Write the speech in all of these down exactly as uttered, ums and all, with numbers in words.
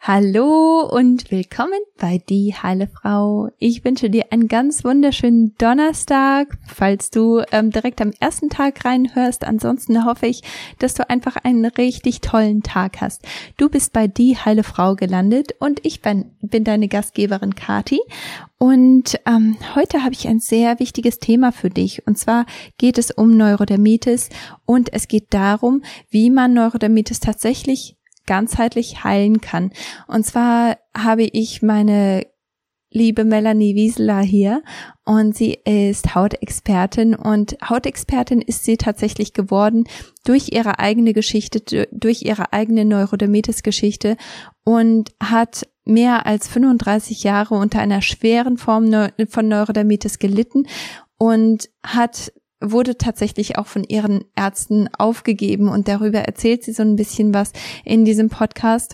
Hallo und willkommen bei Die Heile Frau. Ich wünsche dir einen ganz wunderschönen Donnerstag, falls du ähm, direkt am ersten Tag reinhörst. Ansonsten hoffe ich, dass du einfach einen richtig tollen Tag hast. Du bist bei Die Heile Frau gelandet und ich bin, bin deine Gastgeberin Kathi. Und ähm, heute habe ich ein sehr wichtiges Thema für dich. Und zwar geht es um Neurodermitis und es geht darum, wie man Neurodermitis tatsächlich ganzheitlich heilen kann. Und zwar habe ich meine liebe Melanie Wieseler hier und sie ist Hautexpertin und Hautexpertin ist sie tatsächlich geworden durch ihre eigene Geschichte, durch ihre eigene Neurodermitis-Geschichte und hat mehr als fünfunddreißig Jahre unter einer schweren Form von Neurodermitis gelitten und hat wurde tatsächlich auch von ihren Ärzten aufgegeben und darüber erzählt sie so ein bisschen was in diesem Podcast.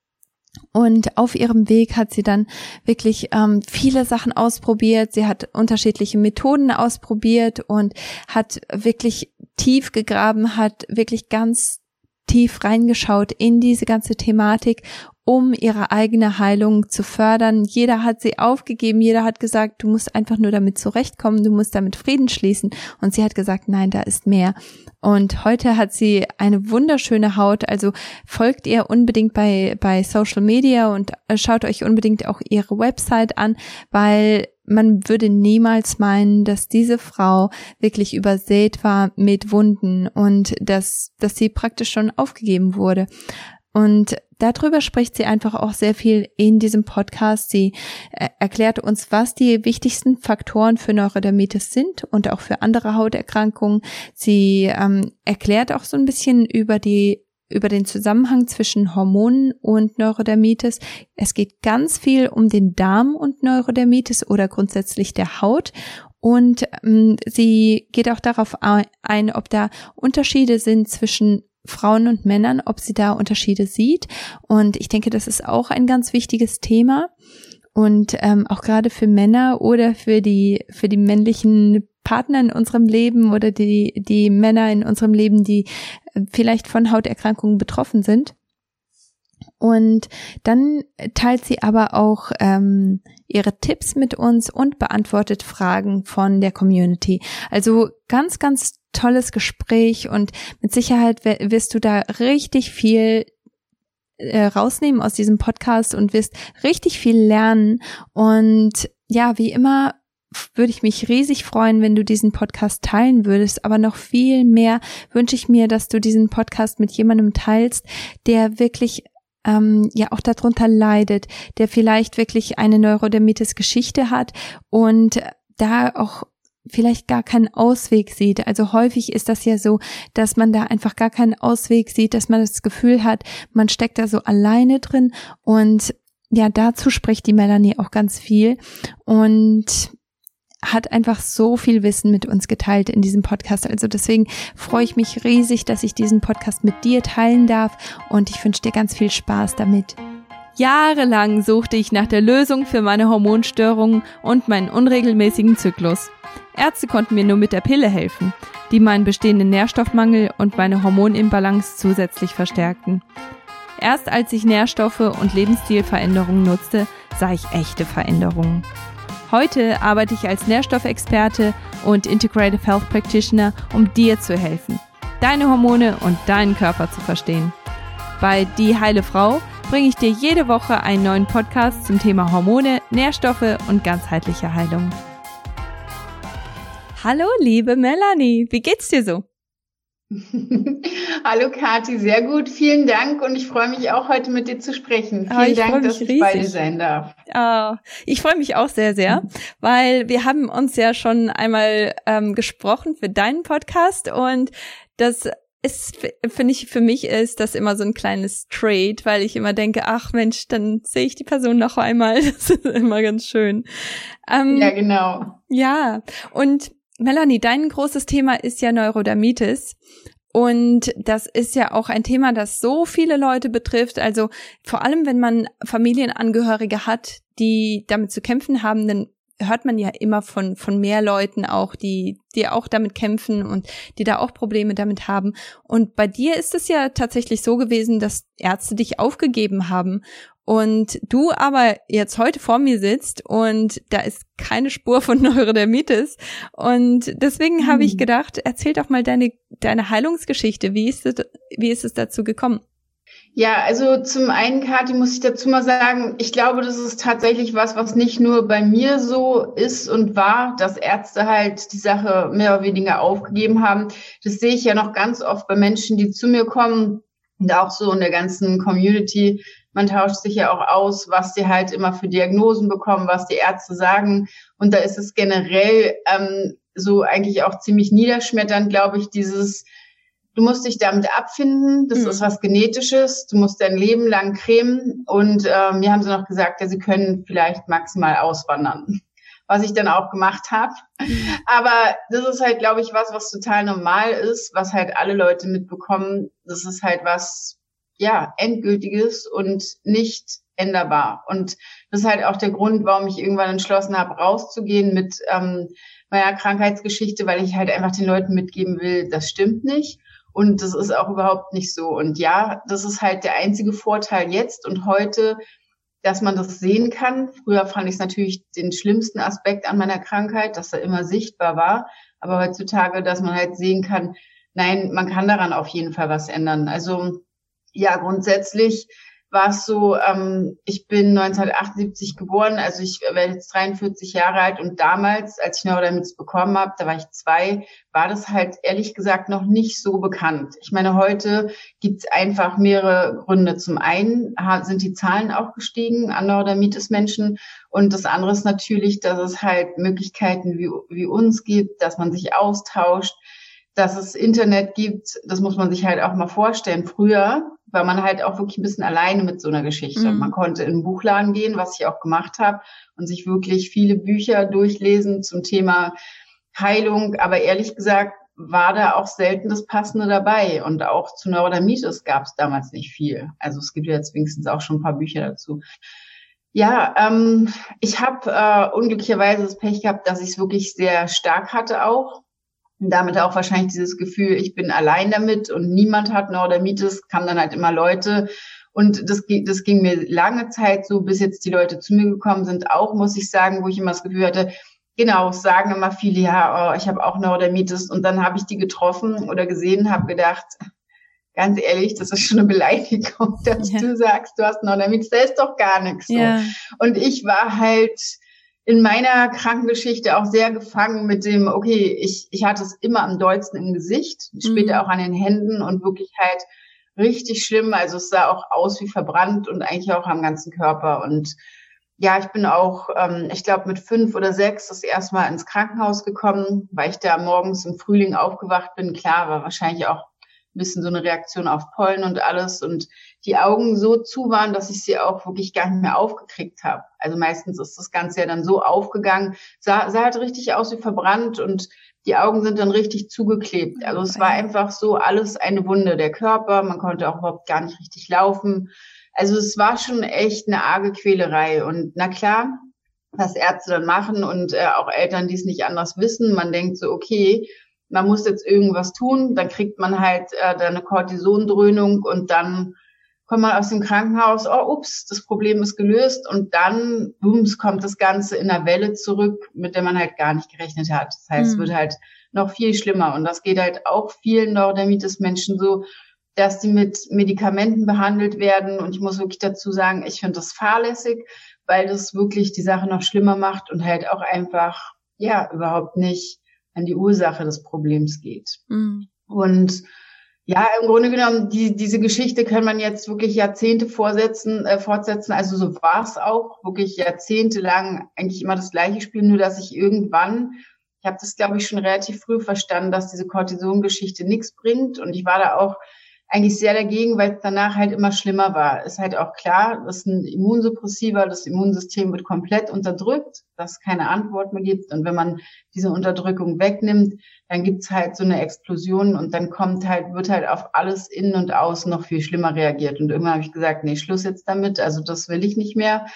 Und auf ihrem Weg hat sie dann wirklich ähm, viele Sachen ausprobiert. Sie hat unterschiedliche Methoden ausprobiert und hat wirklich tief gegraben, hat wirklich ganz tief reingeschaut in diese ganze Thematik, um ihre eigene Heilung zu fördern. Jeder hat sie aufgegeben, jeder hat gesagt, du musst einfach nur damit zurechtkommen, du musst damit Frieden schließen. Und sie hat gesagt, nein, da ist mehr. Und heute hat sie eine wunderschöne Haut, also folgt ihr unbedingt bei bei Social Media und schaut euch unbedingt auch ihre Website an, weil man würde niemals meinen, dass diese Frau wirklich übersät war mit Wunden und dass dass sie praktisch schon aufgegeben wurde. Und darüber spricht sie einfach auch sehr viel in diesem Podcast. Sie äh, erklärt uns, was die wichtigsten Faktoren für Neurodermitis sind und auch für andere Hauterkrankungen. Sie ähm, erklärt auch so ein bisschen über die über den Zusammenhang zwischen Hormonen und Neurodermitis. Es geht ganz viel um den Darm und Neurodermitis oder grundsätzlich der Haut. Und ähm, sie geht auch darauf ein, ob da Unterschiede sind zwischen Frauen und Männern, ob sie da Unterschiede sieht. Und ich denke, das ist auch ein ganz wichtiges Thema. Und ähm, auch gerade für Männer oder für die für die männlichen Partner in unserem Leben oder die die Männer in unserem Leben, die vielleicht von Hauterkrankungen betroffen sind. Und dann teilt sie aber auch ähm, ihre Tipps mit uns und beantwortet Fragen von der Community. Also ganz, ganz tolles Gespräch und mit Sicherheit wirst du da richtig viel äh, rausnehmen aus diesem Podcast und wirst richtig viel lernen. Und ja, wie immer würde ich mich riesig freuen, wenn du diesen Podcast teilen würdest, aber noch viel mehr wünsche ich mir, dass du diesen Podcast mit jemandem teilst, der wirklich ähm, ja auch darunter leidet, der vielleicht wirklich eine Neurodermitis-Geschichte hat und da auch vielleicht gar keinen Ausweg sieht. Also häufig ist das ja so, dass man da einfach gar keinen Ausweg sieht, dass man das Gefühl hat, man steckt da so alleine drin und ja, dazu spricht die Melanie auch ganz viel und hat einfach so viel Wissen mit uns geteilt in diesem Podcast. Also deswegen freue ich mich riesig, dass ich diesen Podcast mit dir teilen darf und ich wünsche dir ganz viel Spaß damit. Jahrelang suchte ich nach der Lösung für meine Hormonstörungen und meinen unregelmäßigen Zyklus. Ärzte konnten mir nur mit der Pille helfen, die meinen bestehenden Nährstoffmangel und meine Hormonimbalance zusätzlich verstärkten. Erst als ich Nährstoffe und Lebensstilveränderungen nutzte, sah ich echte Veränderungen. Heute arbeite ich als Nährstoffexperte und Integrative Health Practitioner, um dir zu helfen, deine Hormone und deinen Körper zu verstehen. Bei Die Heile Frau bringe ich dir jede Woche einen neuen Podcast zum Thema Hormone, Nährstoffe und ganzheitliche Heilung. Hallo, liebe Melanie, wie geht's dir so? Hallo Kathi, sehr gut, vielen Dank und ich freue mich auch heute mit dir zu sprechen. Vielen oh, Dank, dass riesig. ich bei dir sein darf. Oh, ich freue mich auch sehr, sehr, weil wir haben uns ja schon einmal ähm, gesprochen für deinen Podcast und das ist, finde ich, für mich ist das immer so ein kleines Trade, weil ich immer denke, ach Mensch, dann sehe ich die Person noch einmal, das ist immer ganz schön. Ähm, ja, genau. Ja, und Melanie, dein großes Thema ist ja Neurodermitis und das ist ja auch ein Thema, das so viele Leute betrifft, also vor allem, wenn man Familienangehörige hat, die damit zu kämpfen haben, dann hört man ja immer von von mehr Leuten auch, die die auch damit kämpfen und die da auch Probleme damit haben. Und bei dir ist es ja tatsächlich so gewesen, dass Ärzte dich aufgegeben haben und du aber jetzt heute vor mir sitzt und da ist keine Spur von Neurodermitis. Und deswegen mhm. habe ich gedacht, erzähl doch mal deine deine Heilungsgeschichte. Wie ist es, wie ist es dazu gekommen? Ja, also zum einen, Kathi, muss ich dazu mal sagen, ich glaube, das ist tatsächlich was, was nicht nur bei mir so ist und war, dass Ärzte halt die Sache mehr oder weniger aufgegeben haben. Das sehe ich ja noch ganz oft bei Menschen, die zu mir kommen und auch so in der ganzen Community. Man tauscht sich ja auch aus, was die halt immer für Diagnosen bekommen, was die Ärzte sagen. Und da ist es generell ähm, so eigentlich auch ziemlich niederschmetternd, glaube ich, dieses: Du musst dich damit abfinden, das mhm. ist was Genetisches, du musst dein Leben lang cremen. Und äh, mir haben sie noch gesagt, ja, sie können vielleicht maximal auswandern, was ich dann auch gemacht habe. Mhm. Aber das ist halt, glaube ich, was, was total normal ist, was halt alle Leute mitbekommen. Das ist halt was, ja, Endgültiges und nicht änderbar. Und das ist halt auch der Grund, warum ich irgendwann entschlossen habe, rauszugehen mit ähm, meiner Krankheitsgeschichte, weil ich halt einfach den Leuten mitgeben will, das stimmt nicht. Und das ist auch überhaupt nicht so. Und ja, das ist halt der einzige Vorteil jetzt und heute, dass man das sehen kann. Früher fand ich es natürlich den schlimmsten Aspekt an meiner Krankheit, dass er immer sichtbar war. Aber heutzutage, dass man halt sehen kann, nein, man kann daran auf jeden Fall was ändern. Also ja, grundsätzlich war es so, ähm, ich bin neunzehnhundertachtundsiebzig geboren, also ich werde jetzt dreiundvierzig Jahre alt und damals, als ich Neurodermitis bekommen habe, da war ich zwei, war das halt ehrlich gesagt noch nicht so bekannt. Ich meine, heute gibt es einfach mehrere Gründe. Zum einen sind die Zahlen auch gestiegen an Neurodermitis-Menschen und das andere ist natürlich, dass es halt Möglichkeiten wie, wie uns gibt, dass man sich austauscht, dass es Internet gibt, das muss man sich halt auch mal vorstellen. Früher war man halt auch wirklich ein bisschen alleine mit so einer Geschichte. Mhm. Man konnte in den Buchladen gehen, was ich auch gemacht habe, und sich wirklich viele Bücher durchlesen zum Thema Heilung. Aber ehrlich gesagt war da auch selten das Passende dabei. Und auch zu Neurodermitis gab es damals nicht viel. Also es gibt ja jetzt wenigstens auch schon ein paar Bücher dazu. Ja, ähm, ich habe äh, unglücklicherweise das Pech gehabt, dass ich es wirklich sehr stark hatte auch. Und damit auch wahrscheinlich dieses Gefühl, ich bin allein damit und niemand hat Neurodermitis, kamen dann halt immer Leute. Und das, das ging mir lange Zeit so, bis jetzt die Leute zu mir gekommen sind, auch, muss ich sagen, wo ich immer das Gefühl hatte, genau, es sagen immer viele, ja, oh, ich habe auch Neurodermitis. Und dann habe ich die getroffen oder gesehen, habe gedacht, ganz ehrlich, das ist schon eine Beleidigung, dass ja. du sagst, du hast Neurodermitis, da ist doch gar nichts so. Ja. Und ich war halt in meiner Krankengeschichte auch sehr gefangen mit dem, okay, ich ich hatte es immer am dollsten im Gesicht, später mhm. auch an den Händen und wirklich halt richtig schlimm. Also es sah auch aus wie verbrannt und eigentlich auch am ganzen Körper. Und ja, ich bin auch, ähm, ich glaube, mit fünf oder sechs das erste Mal ins Krankenhaus gekommen, weil ich da morgens im Frühling aufgewacht bin. Klar, war wahrscheinlich auch ein bisschen so eine Reaktion auf Pollen und alles und die Augen so zu waren, dass ich sie auch wirklich gar nicht mehr aufgekriegt habe. Also meistens ist das Ganze ja dann so aufgegangen, sah, sah halt richtig aus wie verbrannt und die Augen sind dann richtig zugeklebt. Also es war einfach so alles eine Wunde, der Körper, man konnte auch überhaupt gar nicht richtig laufen. Also es war schon echt eine arge Quälerei und na klar, was Ärzte dann machen und äh, auch Eltern, die es nicht anders wissen, man denkt so, okay, man muss jetzt irgendwas tun, dann kriegt man halt äh, da eine Cortisondröhnung und dann kommt man aus dem Krankenhaus, oh, ups, das Problem ist gelöst und dann, bums, kommt das Ganze in einer Welle zurück, mit der man halt gar nicht gerechnet hat. Das heißt, mhm. es wird halt noch viel schlimmer und das geht halt auch vielen Neurodermitis-Menschen so, dass die mit Medikamenten behandelt werden und ich muss wirklich dazu sagen, ich finde das fahrlässig, weil das wirklich die Sache noch schlimmer macht und halt auch einfach, ja, überhaupt nicht an die Ursache des Problems geht. Mhm. Und ja, im Grunde genommen, die, diese Geschichte kann man jetzt wirklich Jahrzehnte vorsetzen, äh, fortsetzen. Also so war es auch, wirklich jahrzehntelang eigentlich immer das gleiche Spiel, nur dass ich irgendwann, ich habe das, glaube ich, schon relativ früh verstanden, dass diese Cortison-Geschichte nichts bringt. Und ich war da auch eigentlich sehr dagegen, weil es danach halt immer schlimmer war. Ist halt auch klar, das ist ein Immunsuppressiva, das Immunsystem wird komplett unterdrückt, dass es keine Antwort mehr gibt. Und wenn man diese Unterdrückung wegnimmt, dann gibt's halt so eine Explosion und dann kommt halt, wird halt auf alles innen und außen noch viel schlimmer reagiert. Und irgendwann habe ich gesagt, nee, Schluss jetzt damit, also das will ich nicht mehr.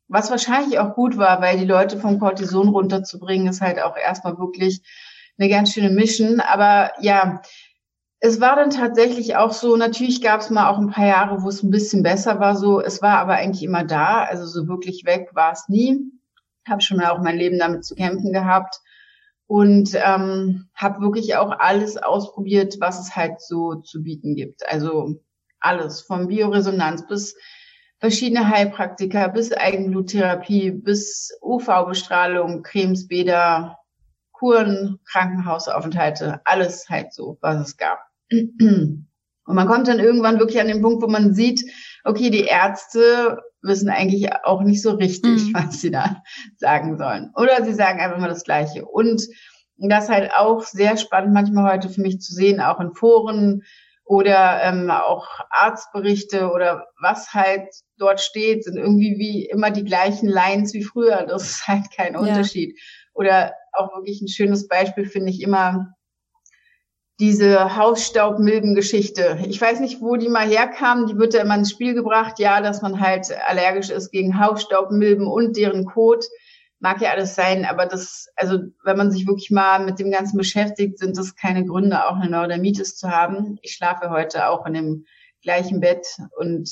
was wahrscheinlich auch gut war, weil die Leute vom Cortison runterzubringen, ist halt auch erstmal wirklich eine ganz schöne Mission. Aber ja, es war dann tatsächlich auch so, natürlich gab es mal auch ein paar Jahre, wo es ein bisschen besser war, so. Es war aber eigentlich immer da, also so wirklich weg war es nie. Habe schon auch mein Leben damit zu kämpfen gehabt und ähm, habe wirklich auch alles ausprobiert, was es halt so zu bieten gibt. Also alles, von Bioresonanz bis verschiedene Heilpraktika, bis Eigenbluttherapie, bis U V-Bestrahlung, Cremes, Bäder, Kuren, Krankenhausaufenthalte, alles halt so, was es gab. Und man kommt dann irgendwann wirklich an den Punkt, wo man sieht, okay, die Ärzte wissen eigentlich auch nicht so richtig, mhm. was sie da sagen sollen. Oder sie sagen einfach mal das Gleiche. Und das ist halt auch sehr spannend manchmal heute für mich zu sehen, auch in Foren oder ähm, auch Arztberichte oder was halt dort steht, sind irgendwie wie immer die gleichen Lines wie früher. Das ist halt kein Unterschied. Ja. Oder auch wirklich ein schönes Beispiel finde ich immer diese Hausstaubmilbengeschichte. Ich weiß nicht, wo die mal herkam. Die wird ja immer ins Spiel gebracht. Ja, dass man halt allergisch ist gegen Hausstaubmilben und deren Kot. Mag ja alles sein, aber das, also wenn man sich wirklich mal mit dem Ganzen beschäftigt, sind das keine Gründe, auch eine Neurodermitis zu haben. Ich schlafe heute auch in dem gleichen Bett und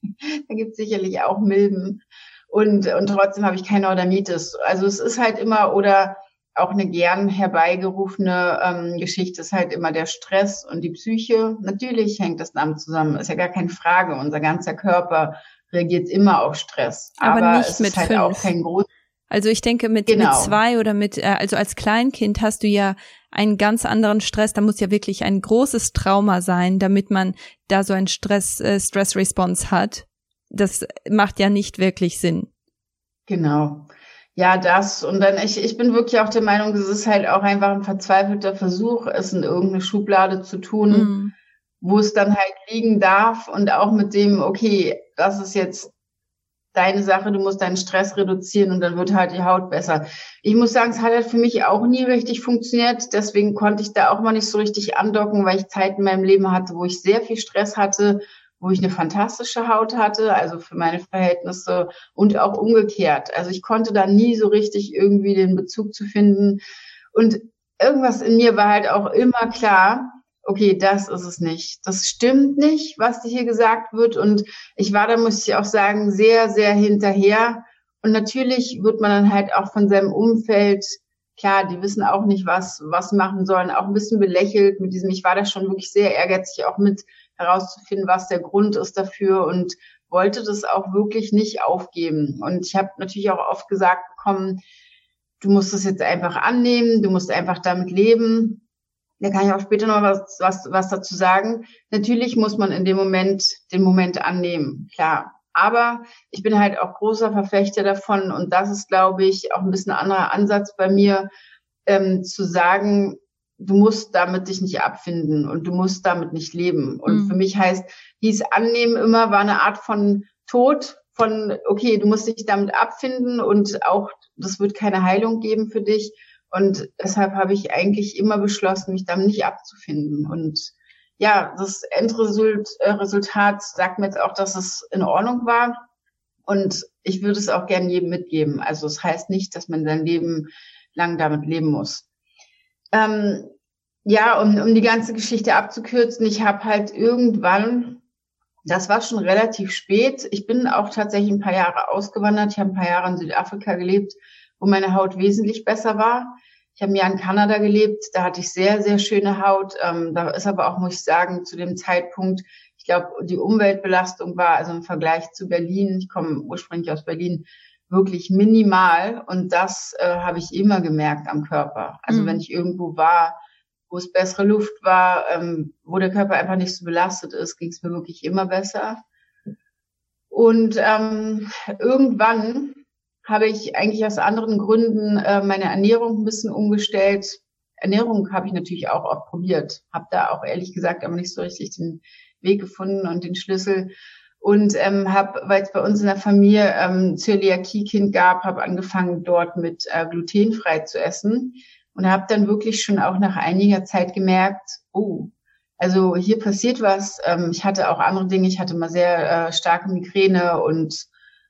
da gibt es sicherlich auch Milben. Und, und trotzdem habe ich keine Neurodermitis. Also es ist halt immer, oder auch eine gern herbeigerufene ähm, Geschichte ist halt immer der Stress und die Psyche. Natürlich hängt das damit zusammen, ist ja gar keine Frage. Unser ganzer Körper reagiert immer auf Stress. Aber, aber nicht es mit ist halt fünf. Auch kein Grund. Also ich denke, mit, genau. mit zwei oder mit, äh, also als Kleinkind hast du ja einen ganz anderen Stress. Da muss ja wirklich ein großes Trauma sein, damit man da so einen Stress, äh, Stress-Response hat. Das macht ja nicht wirklich Sinn. Genau. Ja, das. Und dann, ich, ich bin wirklich auch der Meinung, es ist halt auch einfach ein verzweifelter Versuch, es in irgendeine Schublade zu tun, mm. wo es dann halt liegen darf und auch mit dem, okay, das ist jetzt deine Sache, du musst deinen Stress reduzieren und dann wird halt die Haut besser. Ich muss sagen, es hat halt für mich auch nie richtig funktioniert, deswegen konnte ich da auch mal nicht so richtig andocken, weil ich Zeiten in meinem Leben hatte, wo ich sehr viel Stress hatte, wo ich eine fantastische Haut hatte, also für meine Verhältnisse und auch umgekehrt. Also ich konnte da nie so richtig irgendwie den Bezug zu finden und irgendwas in mir war halt auch immer klar, okay, das ist es nicht. Das stimmt nicht, was hier gesagt wird und ich war da, muss ich auch sagen, sehr, sehr hinterher und natürlich wird man dann halt auch von seinem Umfeld, klar, die wissen auch nicht, was was machen sollen, auch ein bisschen belächelt mit diesem, ich war da schon wirklich sehr ehrgeizig, auch mit herauszufinden, was der Grund ist dafür und wollte das auch wirklich nicht aufgeben. Und ich habe natürlich auch oft gesagt bekommen, du musst es jetzt einfach annehmen, du musst einfach damit leben. Da kann ich auch später noch was, was, was dazu sagen. Natürlich muss man in dem Moment den Moment annehmen, klar. Aber ich bin halt auch großer Verfechter davon und das ist, glaube ich, auch ein bisschen ein anderer Ansatz bei mir, ähm, zu sagen, du musst damit dich nicht abfinden und du musst damit nicht leben. Und mhm. für mich heißt, dies Annehmen immer war eine Art von Tod, von, okay, du musst dich damit abfinden und auch, das wird keine Heilung geben für dich. Und deshalb habe ich eigentlich immer beschlossen, mich damit nicht abzufinden. Und ja, das Endresultat sagt mir jetzt auch, dass es in Ordnung war. Und ich würde es auch gerne jedem mitgeben. Also es heißt nicht, dass man sein Leben lang damit leben muss. Ähm, ja, um, um die ganze Geschichte abzukürzen, ich habe halt irgendwann, das war schon relativ spät, ich bin auch tatsächlich ein paar Jahre ausgewandert, ich habe ein paar Jahre in Südafrika gelebt, wo meine Haut wesentlich besser war. Ich habe ein Jahr in Kanada gelebt, da hatte ich sehr, sehr schöne Haut. Ähm, da ist aber auch, muss ich sagen, zu dem Zeitpunkt, ich glaube, die Umweltbelastung war also im Vergleich zu Berlin, ich komme ursprünglich aus Berlin, wirklich minimal und das äh, habe ich immer gemerkt am Körper. Also mhm. wenn ich irgendwo war, wo es bessere Luft war, ähm, wo der Körper einfach nicht so belastet ist, ging es mir wirklich immer besser. Und ähm, irgendwann habe ich eigentlich aus anderen Gründen äh, meine Ernährung ein bisschen umgestellt. Ernährung habe ich natürlich auch oft probiert, habe da auch ehrlich gesagt aber nicht so richtig den Weg gefunden und den Schlüssel. Und ähm, habe, weil es bei uns in der Familie ähm, Zöliakie-Kind gab, habe angefangen dort mit äh, glutenfrei zu essen und habe dann wirklich schon auch nach einiger Zeit gemerkt, oh, also hier passiert was. Ähm, ich hatte auch andere Dinge, ich hatte mal sehr äh, starke Migräne und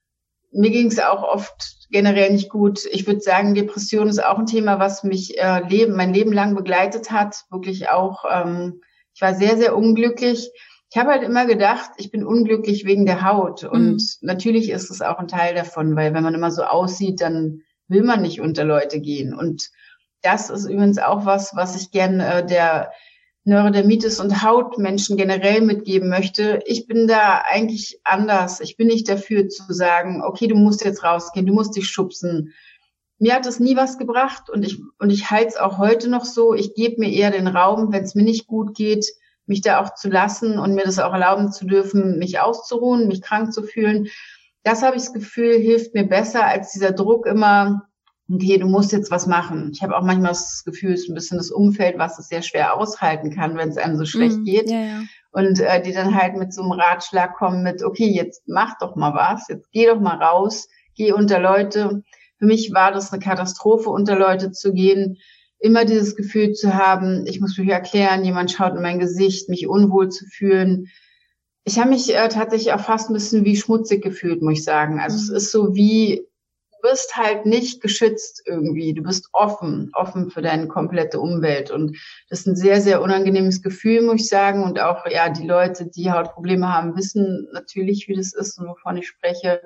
mir ging es auch oft generell nicht gut. Ich würde sagen, Depression ist auch ein Thema, was mich äh, leben, mein Leben lang begleitet hat. Wirklich auch, ähm, ich war sehr, sehr unglücklich. Ich habe halt immer gedacht, ich bin unglücklich wegen der Haut. Und mhm. natürlich ist es auch ein Teil davon, weil wenn man immer so aussieht, dann will man nicht unter Leute gehen. Und das ist übrigens auch was, was ich gerne äh, der Neurodermitis und Hautmenschen generell mitgeben möchte. Ich bin da eigentlich anders. Ich bin nicht dafür zu sagen, okay, du musst jetzt rausgehen, du musst dich schubsen. Mir hat das nie was gebracht und ich und ich halte es auch heute noch so. Ich gebe mir eher den Raum, wenn es mir nicht gut geht, mich da auch zu lassen und mir das auch erlauben zu dürfen, mich auszuruhen, mich krank zu fühlen. Das habe ich das Gefühl, hilft mir besser als dieser Druck immer, okay, du musst jetzt was machen. Ich habe auch manchmal das Gefühl, es ist ein bisschen das Umfeld, was es sehr schwer aushalten kann, wenn es einem so schlecht mm, geht. Ja, ja. Und äh, die dann halt mit so einem Ratschlag kommen mit, okay, jetzt mach doch mal was, jetzt geh doch mal raus, geh unter Leute. Für mich war das eine Katastrophe, unter Leute zu gehen. Immer dieses Gefühl zu haben, ich muss mich erklären, jemand schaut in mein Gesicht, mich unwohl zu fühlen. Ich habe mich äh, tatsächlich auch fast ein bisschen wie schmutzig gefühlt, muss ich sagen. Also mm. es ist so wie, du bist halt nicht geschützt irgendwie. Du bist offen, offen für deine komplette Umwelt. Und das ist ein sehr, sehr unangenehmes Gefühl, muss ich sagen. Und auch, ja, die Leute, die Hautprobleme haben, wissen natürlich, wie das ist und wovon ich spreche.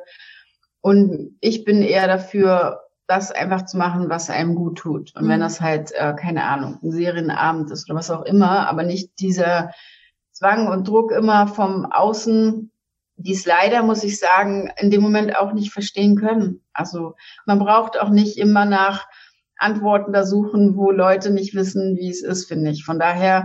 Und ich bin eher dafür, das einfach zu machen, was einem gut tut. Und mhm. wenn das halt, äh, keine Ahnung, ein Serienabend ist oder was auch immer, aber nicht dieser Zwang und Druck immer vom Außen, die es leider, muss ich sagen, in dem Moment auch nicht verstehen können. Also man braucht auch nicht immer nach Antworten da suchen, wo Leute nicht wissen, wie es ist, finde ich. Von daher,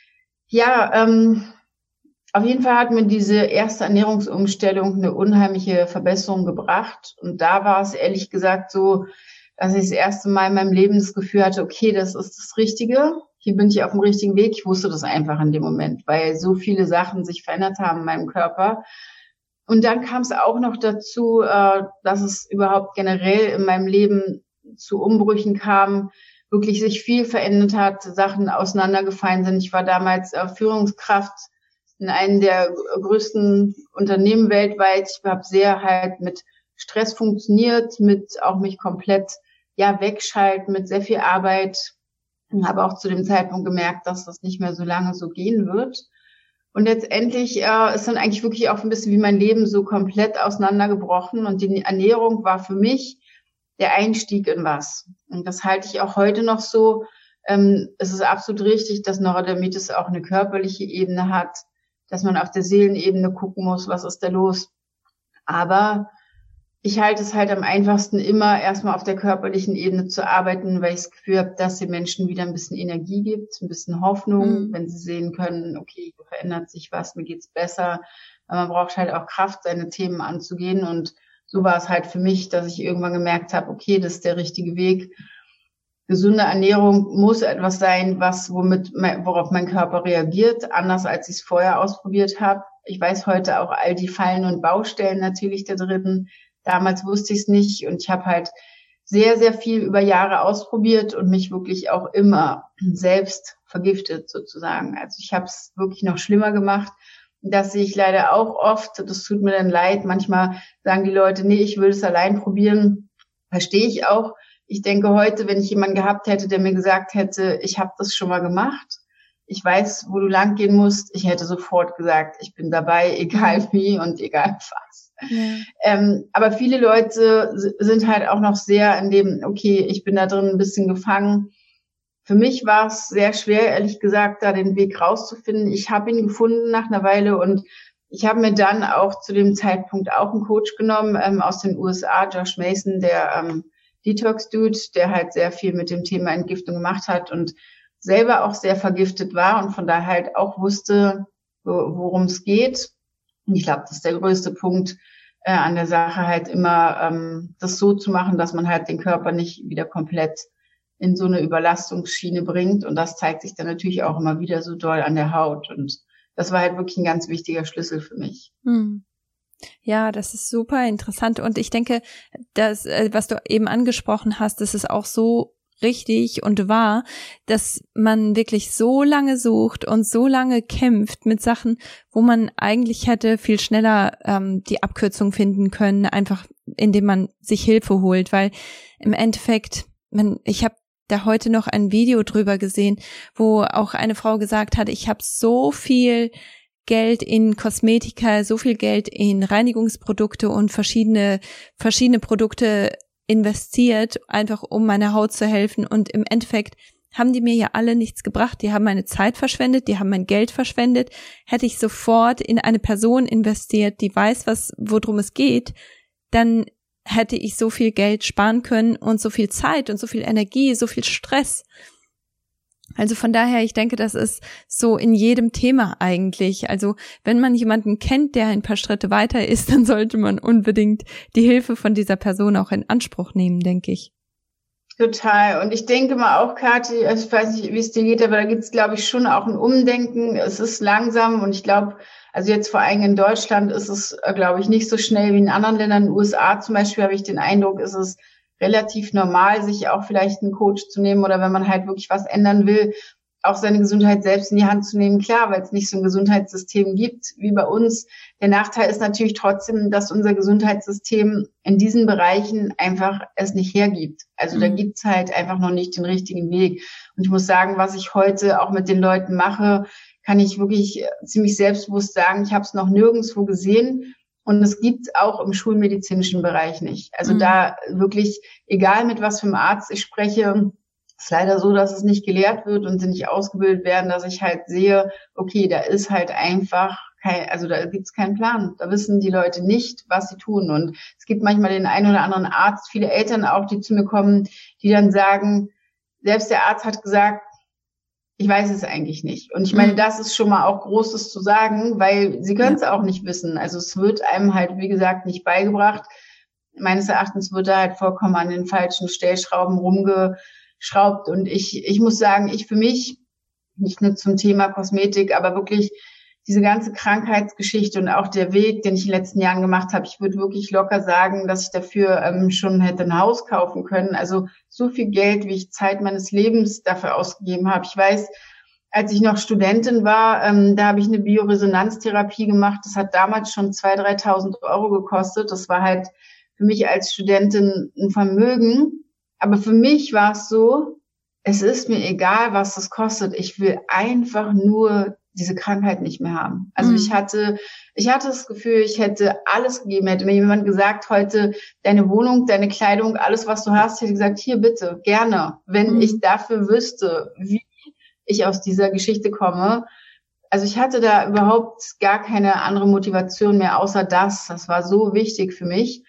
ja, ähm, auf jeden Fall hat mir diese erste Ernährungsumstellung eine unheimliche Verbesserung gebracht. Und da war es ehrlich gesagt so, dass ich das erste Mal in meinem Leben das Gefühl hatte, okay, das ist das Richtige. Hier bin ich auf dem richtigen Weg. Ich wusste das einfach in dem Moment, weil so viele Sachen sich verändert haben in meinem Körper. Und dann kam es auch noch dazu, äh, dass es überhaupt generell in meinem Leben zu Umbrüchen kam, wirklich sich viel verändert hat, Sachen auseinandergefallen sind. Ich war damals äh, Führungskraft in einem der größten Unternehmen weltweit. Ich habe sehr halt mit Stress funktioniert, mit auch mich komplett ja wegschalten, mit sehr viel Arbeit. Und habe auch zu dem Zeitpunkt gemerkt, dass das nicht mehr so lange so gehen wird. Und letztendlich äh, ist dann eigentlich wirklich auch ein bisschen wie mein Leben so komplett auseinandergebrochen. Und die Ernährung war für mich der Einstieg in was. Und das halte ich auch heute noch so. Ähm, es ist absolut richtig, dass Neurodermitis auch eine körperliche Ebene hat, dass man auf der Seelenebene gucken muss, was ist da los. Aber ich halte es halt am einfachsten immer erstmal auf der körperlichen Ebene zu arbeiten, weil ich das Gefühl habe, dass den Menschen wieder ein bisschen Energie gibt, ein bisschen Hoffnung, mhm. wenn sie sehen können, okay, verändert sich was, mir geht's besser. Aber man braucht halt auch Kraft, seine Themen anzugehen. Und so war es halt für mich, dass ich irgendwann gemerkt habe, okay, das ist der richtige Weg. Gesunde Ernährung muss etwas sein, was womit worauf mein Körper reagiert, anders als ich es vorher ausprobiert habe. Ich weiß heute auch all die Fallen und Baustellen natürlich da drin. Damals wusste ich es nicht und ich habe halt sehr, sehr viel über Jahre ausprobiert und mich wirklich auch immer selbst vergiftet sozusagen. Also ich habe es wirklich noch schlimmer gemacht. Das sehe ich leider auch oft. Das tut mir dann leid. Manchmal sagen die Leute, nee, ich will es allein probieren. Verstehe ich auch. Ich denke heute, wenn ich jemanden gehabt hätte, der mir gesagt hätte, ich habe das schon mal gemacht, ich weiß, wo du lang gehen musst, ich hätte sofort gesagt, ich bin dabei, egal wie und egal was. Ja. Ähm, aber viele Leute sind halt auch noch sehr in dem, okay, ich bin da drin ein bisschen gefangen. Für mich war es sehr schwer, ehrlich gesagt, da den Weg rauszufinden. Ich habe ihn gefunden nach einer Weile und ich habe mir dann auch zu dem Zeitpunkt auch einen Coach genommen ähm, aus den U S A, Josh Mason, der ähm, Detox-Dude, der halt sehr viel mit dem Thema Entgiftung gemacht hat und selber auch sehr vergiftet war und von daher halt auch wusste, worum es geht. Und ich glaube, das ist der größte Punkt äh, an der Sache, halt immer ähm, das so zu machen, dass man halt den Körper nicht wieder komplett in so eine Überlastungsschiene bringt. Und das zeigt sich dann natürlich auch immer wieder so doll an der Haut. Und das war halt wirklich ein ganz wichtiger Schlüssel für mich. Hm. Ja, das ist super interessant. Und ich denke, das, was du eben angesprochen hast, das ist auch so richtig und wahr, dass man wirklich so lange sucht und so lange kämpft mit Sachen, wo man eigentlich hätte viel schneller ähm, die Abkürzung finden können, einfach indem man sich Hilfe holt, weil im Endeffekt, man, ich habe da heute noch ein Video drüber gesehen, wo auch eine Frau gesagt hat, ich habe so viel Geld in Kosmetika, so viel Geld in Reinigungsprodukte und verschiedene verschiedene Produkte investiert, einfach um meiner Haut zu helfen, und im Endeffekt haben die mir ja alle nichts gebracht, die haben meine Zeit verschwendet, die haben mein Geld verschwendet. Hätte ich sofort in eine Person investiert, die weiß, was worum es geht, dann hätte ich so viel Geld sparen können und so viel Zeit und so viel Energie, so viel Stress. Also von daher, ich denke, das ist so in jedem Thema eigentlich. Also wenn man jemanden kennt, der ein paar Schritte weiter ist, dann sollte man unbedingt die Hilfe von dieser Person auch in Anspruch nehmen, denke ich. Total. Und ich denke mal auch, Kathi, also ich weiß nicht, wie es dir geht, aber da gibt es, glaube ich, schon auch ein Umdenken. Es ist langsam und ich glaube, also jetzt vor allem in Deutschland ist es, glaube ich, nicht so schnell wie in anderen Ländern. In den U S A zum Beispiel habe ich den Eindruck, ist es relativ normal, sich auch vielleicht einen Coach zu nehmen oder wenn man halt wirklich was ändern will, auch seine Gesundheit selbst in die Hand zu nehmen. Klar, weil es nicht so ein Gesundheitssystem gibt wie bei uns. Der Nachteil ist natürlich trotzdem, dass unser Gesundheitssystem in diesen Bereichen einfach es nicht hergibt. Also mhm. da gibt's halt einfach noch nicht den richtigen Weg. Und ich muss sagen, was ich heute auch mit den Leuten mache, kann ich wirklich ziemlich selbstbewusst sagen, ich habe es noch nirgendwo gesehen. Und es gibt auch im schulmedizinischen Bereich nicht. Also mhm. da wirklich, egal mit was für einem Arzt ich spreche, ist leider so, dass es nicht gelehrt wird und sie nicht ausgebildet werden, dass ich halt sehe, okay, da ist halt einfach kein, also da gibt's keinen Plan. Da wissen die Leute nicht, was sie tun. Und es gibt manchmal den einen oder anderen Arzt, viele Eltern auch, die zu mir kommen, die dann sagen, selbst der Arzt hat gesagt, ich weiß es eigentlich nicht. Und ich meine, das ist schon mal auch Großes zu sagen, weil sie können es ja auch nicht wissen. Also es wird einem halt, wie gesagt, nicht beigebracht. Meines Erachtens wird da halt vollkommen an den falschen Stellschrauben rumgeschraubt. Und ich, ich muss sagen, ich für mich, nicht nur zum Thema Kosmetik, aber wirklich diese ganze Krankheitsgeschichte und auch der Weg, den ich in den letzten Jahren gemacht habe, ich würde wirklich locker sagen, dass ich dafür ähm, schon hätte ein Haus kaufen können. Also so viel Geld, wie ich Zeit meines Lebens dafür ausgegeben habe. Ich weiß, als ich noch Studentin war, ähm, da habe ich eine Bioresonanztherapie gemacht. Das hat damals schon zweitausend, dreitausend Euro gekostet. Das war halt für mich als Studentin ein Vermögen. Aber für mich war es so, es ist mir egal, was das kostet. Ich will einfach nur diese Krankheit nicht mehr haben. Also mhm. ich hatte, ich hatte das Gefühl, ich hätte alles gegeben. Hätte mir jemand gesagt, heute deine Wohnung, deine Kleidung, alles, was du hast, hätte ich gesagt, hier bitte, gerne. Wenn mhm. ich dafür wüsste, wie ich aus dieser Geschichte komme. Also ich hatte da überhaupt gar keine andere Motivation mehr, außer das. Das war so wichtig für mich.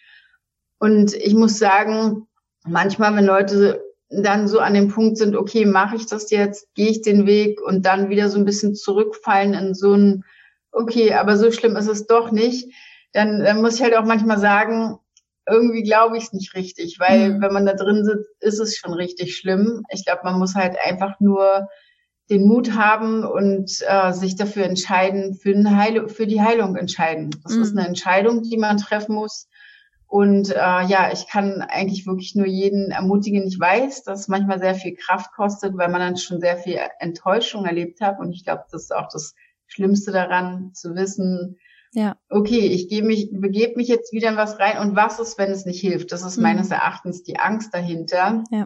Und ich muss sagen, manchmal, wenn Leute dann so an dem Punkt sind, okay, mache ich das jetzt, gehe ich den Weg und dann wieder so ein bisschen zurückfallen in so ein, okay, aber so schlimm ist es doch nicht, dann, dann muss ich halt auch manchmal sagen, irgendwie glaube ich es nicht richtig, weil mhm. wenn man da drin sitzt, ist es schon richtig schlimm. Ich glaube, man muss halt einfach nur den Mut haben und äh, sich dafür entscheiden, für, eine Heil- für die Heilung entscheiden. Das mhm. ist eine Entscheidung, die man treffen muss. Und äh, ja, ich kann eigentlich wirklich nur jeden ermutigen. Ich weiß, dass es manchmal sehr viel Kraft kostet, weil man dann schon sehr viel Enttäuschung erlebt hat. Und ich glaube, das ist auch das Schlimmste daran, zu wissen, ja, okay, ich gebe mich, begebe mich jetzt wieder in was rein. Und was ist, wenn es nicht hilft? Das ist mhm. meines Erachtens die Angst dahinter. Ja.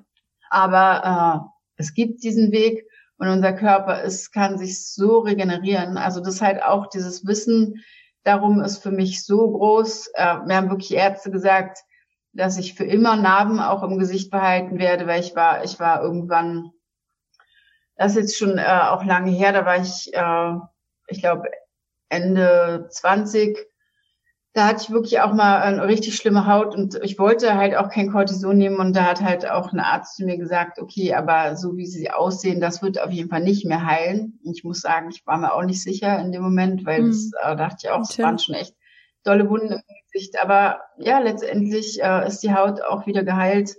Aber äh, es gibt diesen Weg und unser Körper ist, kann sich so regenerieren. Also das ist halt auch dieses Wissen, darum ist für mich so groß. Äh, mir haben wirklich Ärzte gesagt, dass ich für immer Narben auch im Gesicht behalten werde, weil ich war, ich war irgendwann, das ist jetzt schon äh, auch lange her, da war ich, äh, ich glaube Ende zwanzig. Da hatte ich wirklich auch mal eine richtig schlimme Haut und ich wollte halt auch kein Cortison nehmen und da hat halt auch ein Arzt zu mir gesagt, okay, aber so wie sie aussehen, das wird auf jeden Fall nicht mehr heilen. Und ich muss sagen, ich war mir auch nicht sicher in dem Moment, weil mhm. das äh, dachte ich auch, es waren schon echt dolle Wunden im Gesicht. Aber ja, letztendlich äh, ist die Haut auch wieder geheilt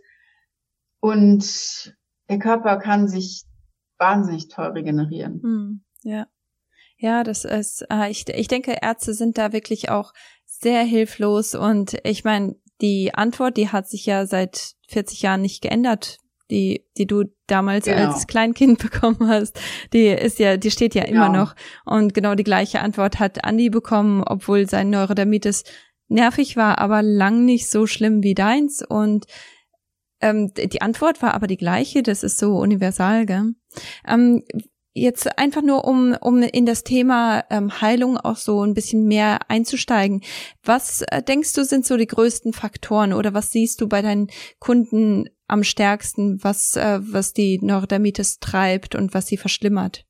und der Körper kann sich wahnsinnig toll regenerieren. Mhm. Ja. Ja, das ist, äh, ich, ich denke, Ärzte sind da wirklich auch sehr hilflos und ich meine, die Antwort, die hat sich ja seit vierzig Jahren nicht geändert. die, die du damals genau. als Kleinkind bekommen hast, die ist ja, die steht ja genau. immer noch. Und genau die gleiche Antwort hat Andi bekommen, obwohl sein Neurodermitis nervig war, aber lang nicht so schlimm wie deins. Und ähm, die Antwort war aber die gleiche, das ist so universal, gell? Ähm, Jetzt einfach nur, um um in das Thema ähm, Heilung auch so ein bisschen mehr einzusteigen. Was äh, denkst du, sind so die größten Faktoren oder was siehst du bei deinen Kunden am stärksten, was äh, was die Neurodermitis treibt und was sie verschlimmert?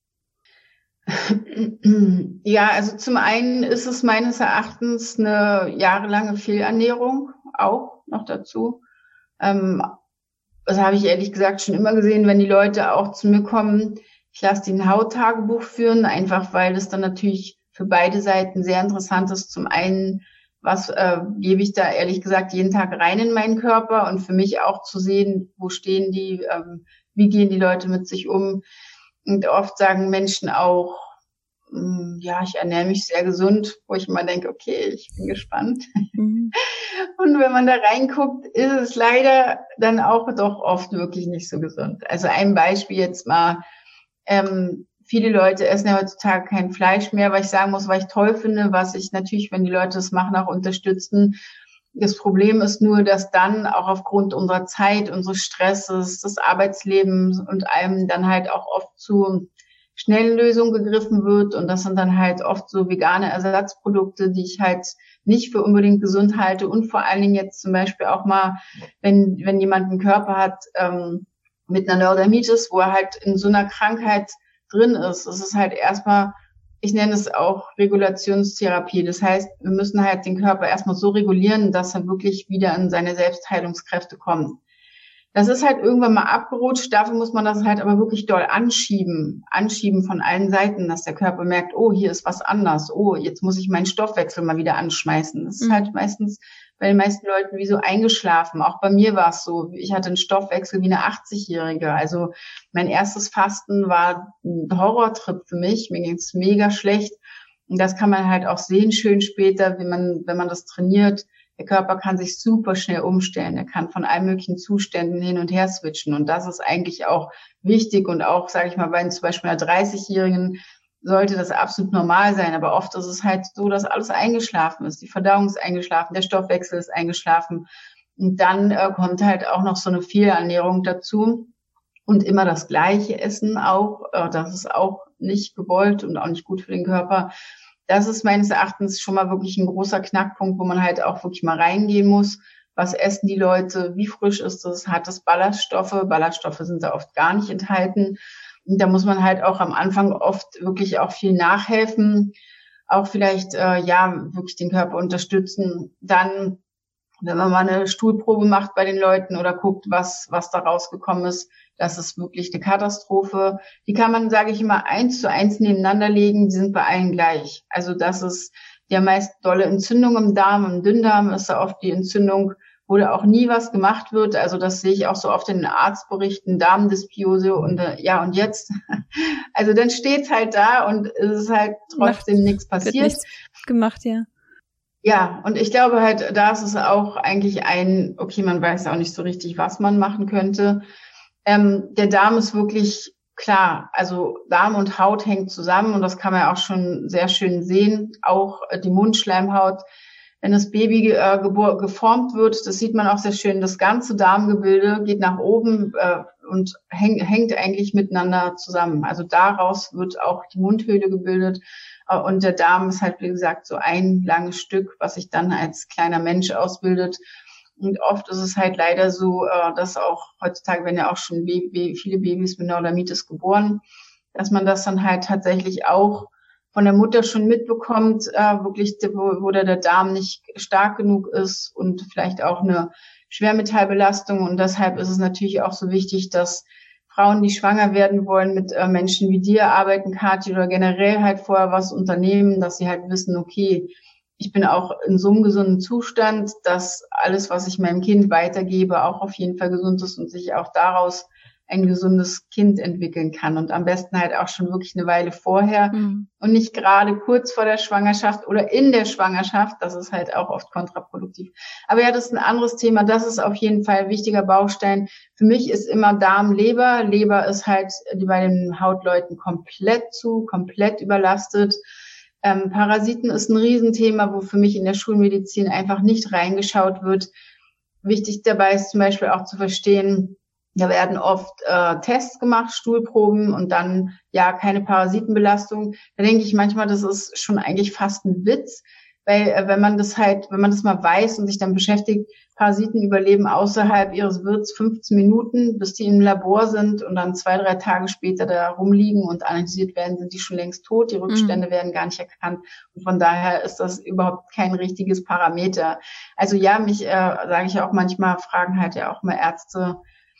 Ja, also zum einen ist es meines Erachtens eine jahrelange Fehlernährung auch noch dazu. Ähm, das habe ich ehrlich gesagt schon immer gesehen, wenn die Leute auch zu mir kommen. Ich lasse die ein Hauttagebuch führen, einfach weil es dann natürlich für beide Seiten sehr interessant ist. Zum einen, was äh, gebe ich da ehrlich gesagt jeden Tag rein in meinen Körper und für mich auch zu sehen, wo stehen die, ähm, wie gehen die Leute mit sich um. Und oft sagen Menschen auch, mh, ja, ich ernähre mich sehr gesund, wo ich immer denke, okay, ich bin gespannt. Mhm. Und wenn man da reinguckt, ist es leider dann auch doch oft wirklich nicht so gesund. Also ein Beispiel jetzt mal, Ähm, viele Leute essen ja heutzutage kein Fleisch mehr, weil ich sagen muss, was ich toll finde, was ich natürlich, wenn die Leute das machen, auch unterstützen. Das Problem ist nur, dass dann auch aufgrund unserer Zeit, unseres Stresses, des Arbeitslebens und allem dann halt auch oft zu schnellen Lösungen gegriffen wird. Und das sind dann halt oft so vegane Ersatzprodukte, die ich halt nicht für unbedingt gesund halte. Und vor allen Dingen jetzt zum Beispiel auch mal, wenn, wenn jemand einen Körper hat, ähm, mit einer Neurodermitis, wo er halt in so einer Krankheit drin ist. Es ist halt erstmal, ich nenne es auch Regulationstherapie. Das heißt, wir müssen halt den Körper erstmal so regulieren, dass er wirklich wieder in seine Selbstheilungskräfte kommt. Das ist halt irgendwann mal abgerutscht. Dafür muss man das halt aber wirklich doll anschieben. Anschieben von allen Seiten, dass der Körper merkt, oh, hier ist was anders. Oh, jetzt muss ich meinen Stoffwechsel mal wieder anschmeißen. Das ist halt meistens bei den meisten Leuten wie so eingeschlafen. Auch bei mir war es so. Ich hatte einen Stoffwechsel wie eine achtzig-Jährige. Also mein erstes Fasten war ein Horrortrip für mich. Mir ging es mega schlecht. Und das kann man halt auch sehen, schön später, wenn man, wenn man das trainiert. Der Körper kann sich super schnell umstellen. Er kann von allen möglichen Zuständen hin und her switchen. Und das ist eigentlich auch wichtig. Und auch, sage ich mal, bei zum Beispiel einer dreißig-Jährigen sollte das absolut normal sein. Aber oft ist es halt so, dass alles eingeschlafen ist. Die Verdauung ist eingeschlafen, der Stoffwechsel ist eingeschlafen. Und dann äh, kommt halt auch noch so eine Fehlernährung dazu. Und immer das gleiche Essen auch. Äh, das ist auch nicht gewollt und auch nicht gut für den Körper. Das ist meines Erachtens schon mal wirklich ein großer Knackpunkt, wo man halt auch wirklich mal reingehen muss. Was essen die Leute? Wie frisch ist es? Hat es Ballaststoffe? Ballaststoffe sind da oft gar nicht enthalten. Und da muss man halt auch am Anfang oft wirklich auch viel nachhelfen. Auch vielleicht, äh, ja, wirklich den Körper unterstützen. Dann, wenn man mal eine Stuhlprobe macht bei den Leuten oder guckt, was, was da rausgekommen ist, das ist wirklich eine Katastrophe. Die kann man, sage ich immer, eins zu eins nebeneinander legen. Die sind bei allen gleich. Also das ist ja meist dolle Entzündung im Darm, im Dünndarm ist da oft die Entzündung, wo da auch nie was gemacht wird. Also das sehe ich auch so oft in den Arztberichten, Darmdysbiose und äh, ja und jetzt. Also dann steht's halt da und es ist halt trotzdem Macht, nichts passiert. Wird nichts gemacht, ja. Ja, und ich glaube halt, da ist es auch eigentlich ein, okay, man weiß auch nicht so richtig, was man machen könnte. Ähm, der Darm ist wirklich klar, also Darm und Haut hängt zusammen und das kann man auch schon sehr schön sehen. Auch äh, die Mundschleimhaut, wenn das Baby äh, gebor- geformt wird, das sieht man auch sehr schön, das ganze Darmgebilde geht nach oben äh, und häng, hängt eigentlich miteinander zusammen. Also daraus wird auch die Mundhöhle gebildet äh, und der Darm ist halt, wie gesagt, so ein langes Stück, was sich dann als kleiner Mensch ausbildet. Und oft ist es halt leider so, dass auch heutzutage werden ja auch schon Baby, viele Babys mit Neurodermitis geboren, dass man das dann halt tatsächlich auch von der Mutter schon mitbekommt, wirklich, wo, wo der Darm nicht stark genug ist und vielleicht auch eine Schwermetallbelastung. Und deshalb ist es natürlich auch so wichtig, dass Frauen, die schwanger werden wollen, mit Menschen wie dir arbeiten, Kathi, oder generell halt vorher was unternehmen, dass sie halt wissen, okay, ich bin auch in so einem gesunden Zustand, dass alles, was ich meinem Kind weitergebe, auch auf jeden Fall gesund ist und sich auch daraus ein gesundes Kind entwickeln kann und am besten halt auch schon wirklich eine Weile vorher mhm. und nicht gerade kurz vor der Schwangerschaft oder in der Schwangerschaft. Das ist halt auch oft kontraproduktiv. Aber ja, das ist ein anderes Thema. Das ist auf jeden Fall ein wichtiger Baustein. Für mich ist immer Darm, Leber. Leber ist halt die bei den Hautleuten komplett zu, komplett überlastet. Ähm, Parasiten ist ein Riesenthema, wo für mich in der Schulmedizin einfach nicht reingeschaut wird. Wichtig dabei ist zum Beispiel auch zu verstehen, da werden oft äh, Tests gemacht, Stuhlproben und dann ja keine Parasitenbelastung. Da denke ich manchmal, das ist schon eigentlich fast ein Witz, weil äh, wenn man das halt, wenn man das mal weiß und sich dann beschäftigt, Parasiten überleben außerhalb ihres Wirts fünfzehn Minuten, bis die im Labor sind und dann zwei, drei Tage später da rumliegen und analysiert werden, sind die schon längst tot. Die Rückstände mhm. werden gar nicht erkannt. Und von daher ist das überhaupt kein richtiges Parameter. Also ja, mich, äh, sage ich auch manchmal, fragen halt ja auch mal Ärzte,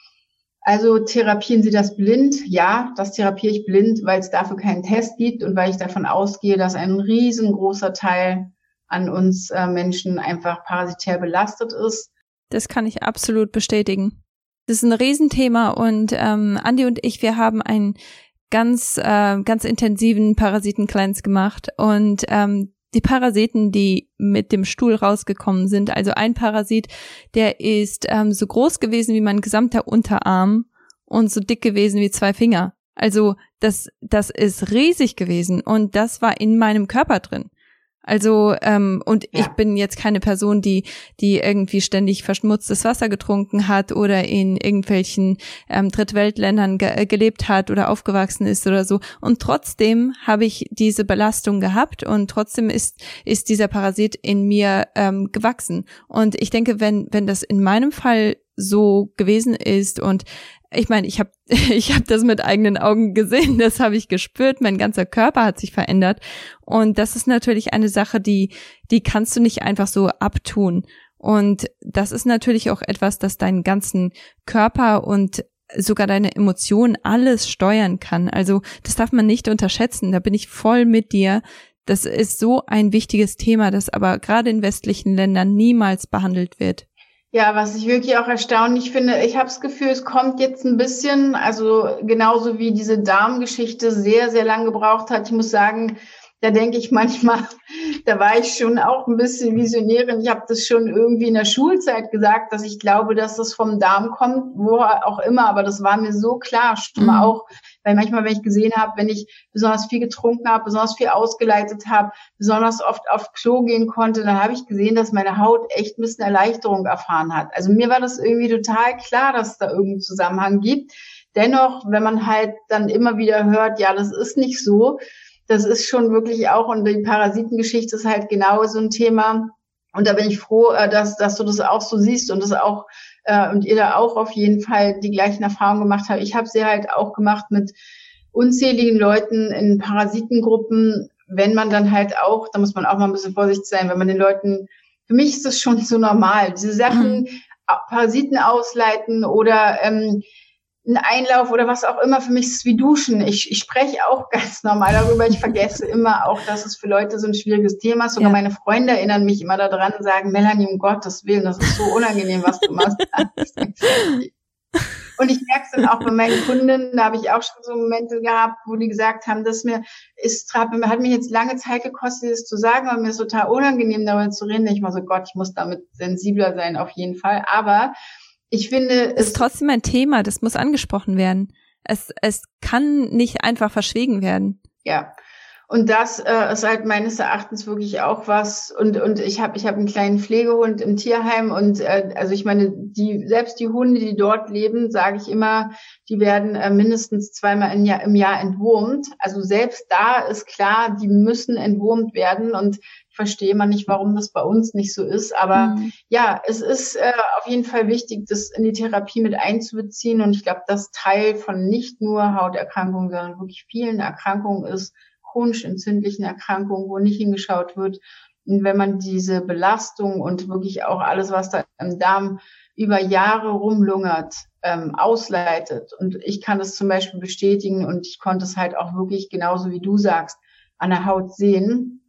also therapieren Sie das blind? Ja, das therapiere ich blind, weil es dafür keinen Test gibt und weil ich davon ausgehe, dass ein riesengroßer Teil an uns äh, Menschen einfach parasitär belastet ist. Das kann ich absolut bestätigen. Das ist ein Riesenthema und ähm, Andi und ich, wir haben einen ganz, äh, ganz intensiven Parasitencleanse gemacht und ähm, die Parasiten, die mit dem Stuhl rausgekommen sind, also ein Parasit, der ist ähm, so groß gewesen wie mein gesamter Unterarm und so dick gewesen wie zwei Finger. Also das, das ist riesig gewesen und das war in meinem Körper drin. Also ähm, und ja. ich bin jetzt keine Person, die die irgendwie ständig verschmutztes Wasser getrunken hat oder in irgendwelchen ähm, Drittweltländern ge- gelebt hat oder aufgewachsen ist oder so. Und trotzdem habe ich diese Belastung gehabt und trotzdem ist ist dieser Parasit in mir ähm, gewachsen. Und ich denke, wenn wenn das in meinem Fall so gewesen ist und ich meine, ich habe ich hab das mit eigenen Augen gesehen, das habe ich gespürt, mein ganzer Körper hat sich verändert und das ist natürlich eine Sache, die die kannst du nicht einfach so abtun und das ist natürlich auch etwas, das deinen ganzen Körper und sogar deine Emotionen alles steuern kann, also das darf man nicht unterschätzen, da bin ich voll mit dir. Das ist so ein wichtiges Thema, das aber gerade in westlichen Ländern niemals behandelt wird. Ja, was ich wirklich auch erstaunlich finde, ich habe das Gefühl, es kommt jetzt ein bisschen, also genauso wie diese Darmgeschichte sehr, sehr lang gebraucht hat. Ich muss sagen, da denke ich manchmal, da war ich schon auch ein bisschen Visionärin. Ich habe das schon irgendwie in der Schulzeit gesagt, dass ich glaube, dass das vom Darm kommt, wo auch immer. Aber das war mir so klar, schon mal auch, weil manchmal, wenn ich gesehen habe, wenn ich besonders viel getrunken habe, besonders viel ausgeleitet habe, besonders oft auf Klo gehen konnte, dann habe ich gesehen, dass meine Haut echt ein bisschen Erleichterung erfahren hat. Also mir war das irgendwie total klar, dass es da irgendeinen Zusammenhang gibt. Dennoch, wenn man halt dann immer wieder hört, ja, das ist nicht so, das ist schon wirklich auch, und die Parasitengeschichte ist halt genau so ein Thema. Und da bin ich froh, dass, dass du das auch so siehst und das auch, äh, und ihr da auch auf jeden Fall die gleichen Erfahrungen gemacht habt. Ich habe sie halt auch gemacht mit unzähligen Leuten in Parasitengruppen, wenn man dann halt auch, da muss man auch mal ein bisschen vorsichtig sein, wenn man den Leuten, für mich ist das schon so normal, diese Sachen, mhm. Parasiten ausleiten oder ähm, ein Einlauf oder was auch immer, für mich ist es wie Duschen. Ich, ich spreche auch ganz normal darüber. Ich vergesse immer auch, dass es für Leute so ein schwieriges Thema ist. Sogar ja. meine Freunde erinnern mich immer daran und sagen, Melanie, um Gottes Willen, das ist so unangenehm, was du machst. Und ich merke es dann auch bei meinen Kunden, da habe ich auch schon so Momente gehabt, wo die gesagt haben, dass mir ist, hat mir jetzt lange Zeit gekostet, das zu sagen, weil mir ist total unangenehm, darüber zu reden. Ich war so, Gott, ich muss damit sensibler sein, auf jeden Fall. Aber ich finde, es ist trotzdem ein Thema, das muss angesprochen werden. Es, es kann nicht einfach verschwiegen werden. Ja. Und das äh, ist halt meines Erachtens wirklich auch was. Und und ich habe ich habe einen kleinen Pflegehund im Tierheim und äh, also ich meine, die selbst die Hunde, die dort leben, sage ich immer, die werden äh, mindestens zweimal im Jahr, im Jahr entwurmt. Also selbst da ist klar, die müssen entwurmt werden und ich verstehe man nicht, warum das bei uns nicht so ist. Aber mhm. ja, es ist äh, auf jeden Fall wichtig, das in die Therapie mit einzubeziehen. Und ich glaube, das Teil von nicht nur Hauterkrankungen, sondern wirklich vielen Erkrankungen ist, chronisch entzündlichen Erkrankungen, wo nicht hingeschaut wird. Und wenn man diese Belastung und wirklich auch alles, was da im Darm über Jahre rumlungert, ähm, ausleitet. Und ich kann das zum Beispiel bestätigen und ich konnte es halt auch wirklich genauso wie du sagst, an der Haut sehen.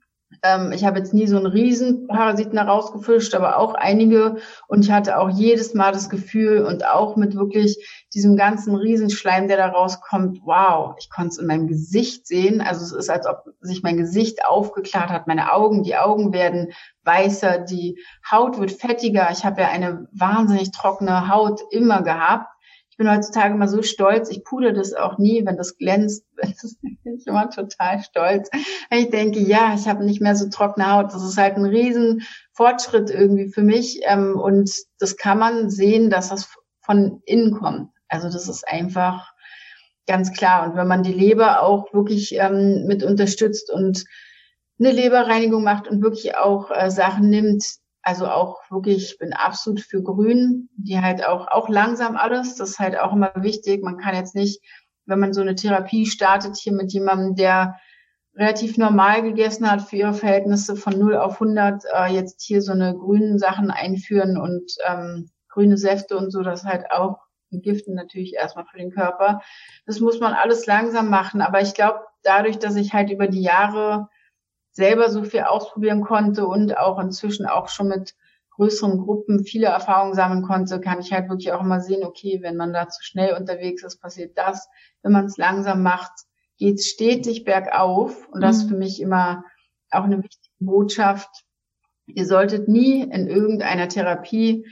Ähm, ich habe jetzt nie so einen riesen Parasiten herausgefischt, aber auch einige. Und ich hatte auch jedes Mal das Gefühl und auch mit wirklich diesem ganzen Riesenschleim, der da rauskommt, wow, ich konnte es in meinem Gesicht sehen. Also es ist, als ob sich mein Gesicht aufgeklärt hat, meine Augen, die Augen werden weißer, die Haut wird fettiger. Ich habe ja eine wahnsinnig trockene Haut immer gehabt. Ich bin heutzutage immer so stolz, ich pudere das auch nie, wenn das glänzt, bin ich immer total stolz. Ich denke, ja, ich habe nicht mehr so trockene Haut. Das ist halt ein riesen Fortschritt irgendwie für mich. Und das kann man sehen, dass das von innen kommt. Also das ist einfach ganz klar. Und wenn man die Leber auch wirklich ähm, mit unterstützt und eine Leberreinigung macht und wirklich auch äh, Sachen nimmt, also auch wirklich, ich bin absolut für Grün, die halt auch, auch langsam alles, das ist halt auch immer wichtig. Man kann jetzt nicht, wenn man so eine Therapie startet hier mit jemandem, der relativ normal gegessen hat für ihre Verhältnisse von null auf hundert, äh, jetzt hier so eine grünen Sachen einführen und ähm, grüne Säfte und so, das ist halt auch Giften natürlich erstmal für den Körper. Das muss man alles langsam machen, aber ich glaube, dadurch, dass ich halt über die Jahre selber so viel ausprobieren konnte und auch inzwischen auch schon mit größeren Gruppen viele Erfahrungen sammeln konnte, kann ich halt wirklich auch immer sehen, okay, wenn man da zu schnell unterwegs ist, passiert das. Wenn man es langsam macht, geht es stetig bergauf. Und das ist für mich immer auch eine wichtige Botschaft. Ihr solltet nie in irgendeiner Therapie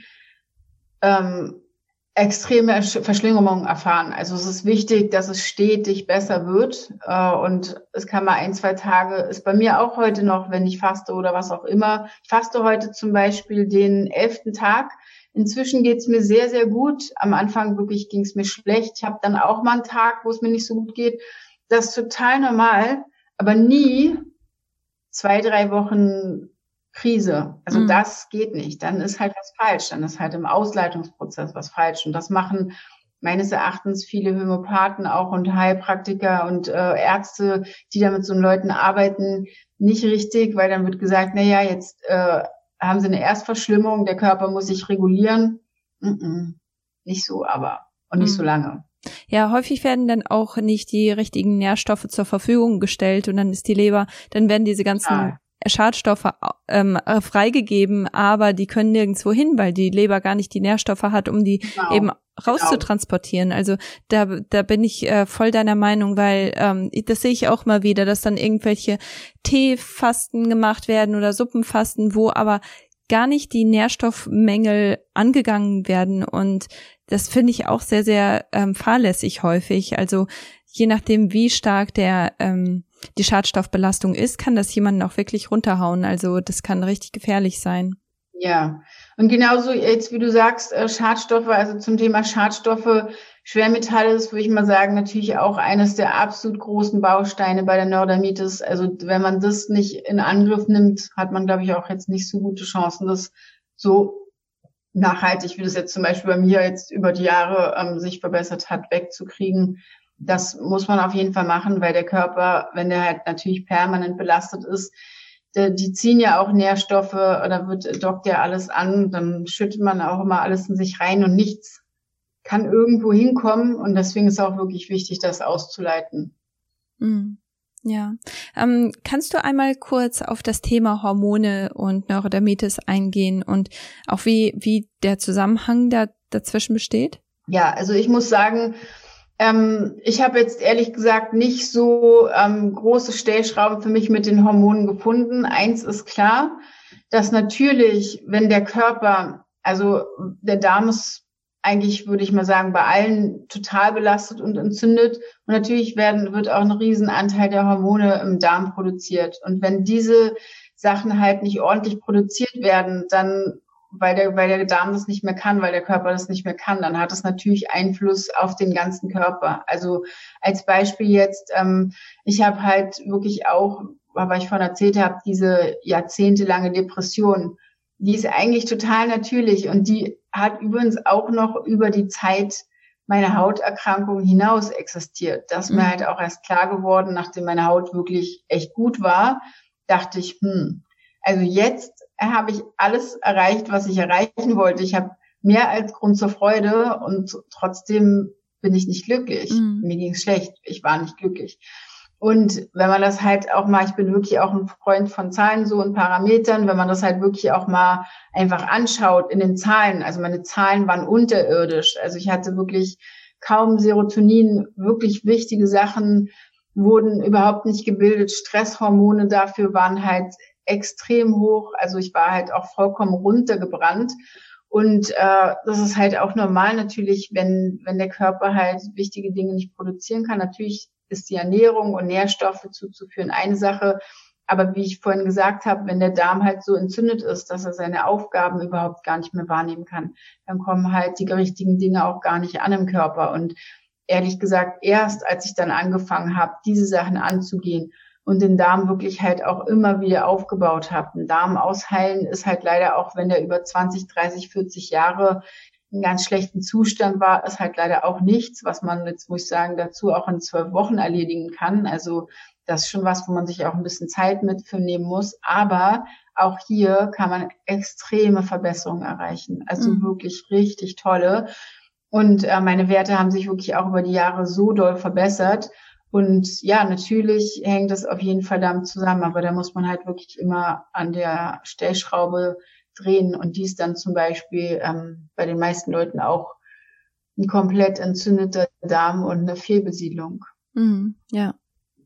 ähm, extreme Verschlingerungen erfahren. Also es ist wichtig, dass es stetig besser wird. Und es kann mal ein, zwei Tage, ist bei mir auch heute noch, wenn ich faste oder was auch immer. Ich faste heute zum Beispiel den elften Tag. Inzwischen geht's mir sehr, sehr gut. Am Anfang wirklich ging's mir schlecht. Ich habe dann auch mal einen Tag, wo es mir nicht so gut geht. Das ist total normal, aber nie zwei, drei Wochen Krise. Also mhm. das geht nicht. Dann ist halt was falsch. Dann ist halt im Ausleitungsprozess was falsch. Und das machen meines Erachtens viele Homöopathen auch und Heilpraktiker und äh, Ärzte, die da mit so Leuten arbeiten, nicht richtig, weil dann wird gesagt, na ja, jetzt äh, haben sie eine Erstverschlimmung, der Körper muss sich regulieren. Mm-mm. Nicht so, aber und nicht mhm. so lange. Ja, häufig werden dann auch nicht die richtigen Nährstoffe zur Verfügung gestellt und dann ist die Leber, dann werden diese ganzen ja. Schadstoffe ähm, freigegeben, aber die können nirgendwo hin, weil die Leber gar nicht die Nährstoffe hat, um die genau. eben rauszutransportieren. Also da da bin ich äh, voll deiner Meinung, weil ähm, das sehe ich auch mal wieder, dass dann irgendwelche Teefasten gemacht werden oder Suppenfasten, wo aber gar nicht die Nährstoffmängel angegangen werden und das finde ich auch sehr, sehr ähm, fahrlässig häufig. Also je nachdem, wie stark der ähm, die Schadstoffbelastung ist, kann das jemanden auch wirklich runterhauen. Also das kann richtig gefährlich sein. Ja, und genauso jetzt, wie du sagst, äh, Schadstoffe, also zum Thema Schadstoffe, Schwermetalle ist, würde ich mal sagen, natürlich auch eines der absolut großen Bausteine bei der Neurodermitis. Also wenn man das nicht in Angriff nimmt, hat man, glaube ich, auch jetzt nicht so gute Chancen, das so nachhaltig, wie das jetzt zum Beispiel bei mir jetzt über die Jahre ähm, sich verbessert hat, wegzukriegen. Das muss man auf jeden Fall machen, weil der Körper, wenn der halt natürlich permanent belastet ist, die, die ziehen ja auch Nährstoffe oder wird dockt ja alles an, dann schüttet man auch immer alles in sich rein und nichts kann irgendwo hinkommen und deswegen ist auch wirklich wichtig, das auszuleiten. Mhm. Ja, ähm, kannst du einmal kurz auf das Thema Hormone und Neurodermitis eingehen und auch wie wie der Zusammenhang da dazwischen besteht? Ja, also ich muss sagen, ähm, ich habe jetzt ehrlich gesagt nicht so ähm, große Stellschrauben für mich mit den Hormonen gefunden. Eins ist klar, dass natürlich, wenn der Körper, also der Darm ist eigentlich, würde ich mal sagen, bei allen total belastet und entzündet. Und natürlich werden, wird auch ein Riesenanteil der Hormone im Darm produziert. Und wenn diese Sachen halt nicht ordentlich produziert werden, dann, weil der, weil der Darm das nicht mehr kann, weil der Körper das nicht mehr kann, dann hat es natürlich Einfluss auf den ganzen Körper. Also als Beispiel jetzt, ähm, ich habe halt wirklich auch, weil ich vorhin erzählt habe, diese jahrzehntelange Depression. Die ist eigentlich total natürlich und die hat übrigens auch noch über die Zeit meiner Hauterkrankung hinaus existiert. Das ist mir mhm. halt auch erst klar geworden, nachdem meine Haut wirklich echt gut war, dachte ich, hm, also jetzt habe ich alles erreicht, was ich erreichen wollte. Ich habe mehr als Grund zur Freude und trotzdem bin ich nicht glücklich. Mhm. Mir ging es schlecht, ich war nicht glücklich. Und wenn man das halt auch mal, ich bin wirklich auch ein Freund von Zahlen so und Parametern, wenn man das halt wirklich auch mal einfach anschaut in den Zahlen, also meine Zahlen waren unterirdisch, also ich hatte wirklich kaum Serotonin, wirklich wichtige Sachen wurden überhaupt nicht gebildet, Stresshormone dafür waren halt extrem hoch, also ich war halt auch vollkommen runtergebrannt. Und äh, das ist halt auch normal natürlich, wenn wenn der Körper halt wichtige Dinge nicht produzieren kann. Natürlich ist die Ernährung und Nährstoffe zuzuführen eine Sache. Aber wie ich vorhin gesagt habe, wenn der Darm halt so entzündet ist, dass er seine Aufgaben überhaupt gar nicht mehr wahrnehmen kann, dann kommen halt die richtigen Dinge auch gar nicht an im Körper. Und ehrlich gesagt, erst als ich dann angefangen habe, diese Sachen anzugehen und den Darm wirklich halt auch immer wieder aufgebaut habe. Ein Darm ausheilen ist halt leider auch, wenn der über zwanzig, dreißig, vierzig Jahre in ganz schlechten Zustand war, ist halt leider auch nichts, was man jetzt, muss ich sagen, dazu auch in zwölf Wochen erledigen kann. Also das ist schon was, wo man sich auch ein bisschen Zeit mit für nehmen muss. Aber auch hier kann man extreme Verbesserungen erreichen. Also mhm. wirklich richtig tolle. Und äh, meine Werte haben sich wirklich auch über die Jahre so doll verbessert. Und ja, natürlich hängt das auf jeden Fall damit zusammen, aber da muss man halt wirklich immer an der Stellschraube drehen und dies dann zum Beispiel ähm, bei den meisten Leuten auch ein komplett entzündeter Darm und eine Fehlbesiedlung. Mhm, ja.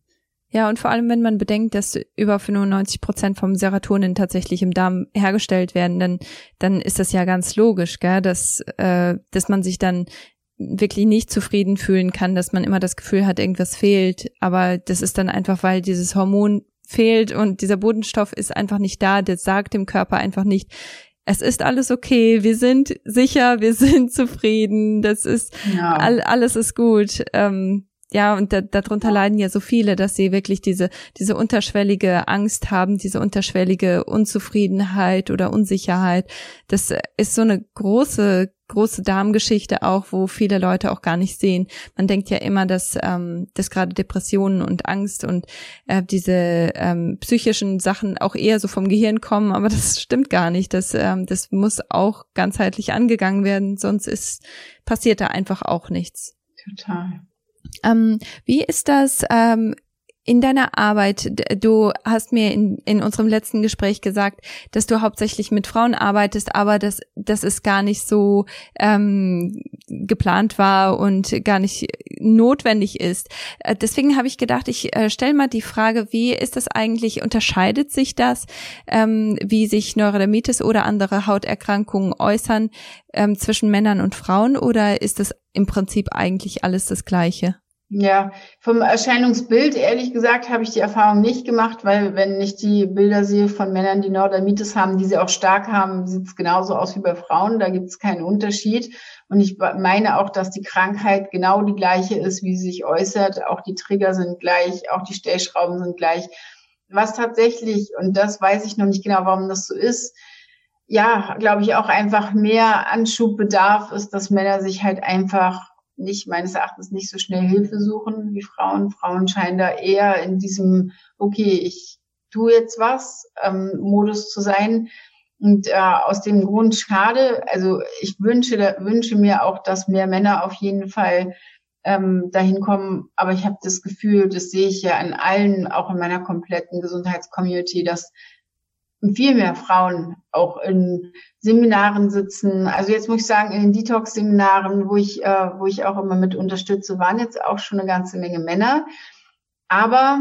Ja, und vor allem, wenn man bedenkt, dass über fünfundneunzig Prozent vom Serotonin tatsächlich im Darm hergestellt werden, dann dann ist das ja ganz logisch, gell, dass äh, dass man sich dann wirklich nicht zufrieden fühlen kann, dass man immer das Gefühl hat, irgendwas fehlt. Aber das ist dann einfach, weil dieses Hormon fehlt und dieser Botenstoff ist einfach nicht da. Das sagt dem Körper einfach nicht, es ist alles okay, wir sind sicher, wir sind zufrieden, das ist, ja. all, alles ist gut. Ähm, ja, und da, darunter leiden ja so viele, dass sie wirklich diese diese unterschwellige Angst haben, diese unterschwellige Unzufriedenheit oder Unsicherheit. Das ist so eine große große Darmgeschichte auch, wo viele Leute auch gar nicht sehen. Man denkt ja immer, dass ähm, dass gerade Depressionen und Angst und äh, diese ähm, psychischen Sachen auch eher so vom Gehirn kommen, aber das stimmt gar nicht. Das ähm, das muss auch ganzheitlich angegangen werden, sonst ist passiert da einfach auch nichts. Total. Ähm, wie ist das ähm, in deiner Arbeit? Du hast mir in, in unserem letzten Gespräch gesagt, dass du hauptsächlich mit Frauen arbeitest, aber dass, dass es gar nicht so ähm, geplant war und gar nicht notwendig ist. Äh, deswegen habe ich gedacht, ich äh, stelle mal die Frage, wie ist das eigentlich, unterscheidet sich das, ähm, wie sich Neurodermitis oder andere Hauterkrankungen äußern ähm, zwischen Männern und Frauen, oder ist das im Prinzip eigentlich alles das Gleiche? Ja, vom Erscheinungsbild, ehrlich gesagt, habe ich die Erfahrung nicht gemacht, weil wenn ich die Bilder sehe von Männern, die Neurodermitis haben, die sie auch stark haben, sieht es genauso aus wie bei Frauen, da gibt es keinen Unterschied. Und ich meine auch, dass die Krankheit genau die gleiche ist, wie sie sich äußert. Auch die Trigger sind gleich, auch die Stellschrauben sind gleich. Was tatsächlich, und das weiß ich noch nicht genau, warum das so ist, ja, glaube ich, auch einfach mehr Anschubbedarf ist, dass Männer sich halt einfach nicht, meines Erachtens, nicht so schnell Hilfe suchen wie Frauen. Frauen scheinen da eher in diesem, okay, ich tue jetzt was, ähm, Modus zu sein. Und äh, aus dem Grund schade, also ich wünsche, da, wünsche mir auch, dass mehr Männer auf jeden Fall ähm, dahin kommen. Aber ich habe das Gefühl, das sehe ich ja in allen, auch in meiner kompletten Gesundheitscommunity, dass viel mehr Frauen auch in Seminaren sitzen. Also jetzt muss ich sagen, in den Detox-Seminaren, wo ich, äh, wo ich auch immer mit unterstütze, waren jetzt auch schon eine ganze Menge Männer. Aber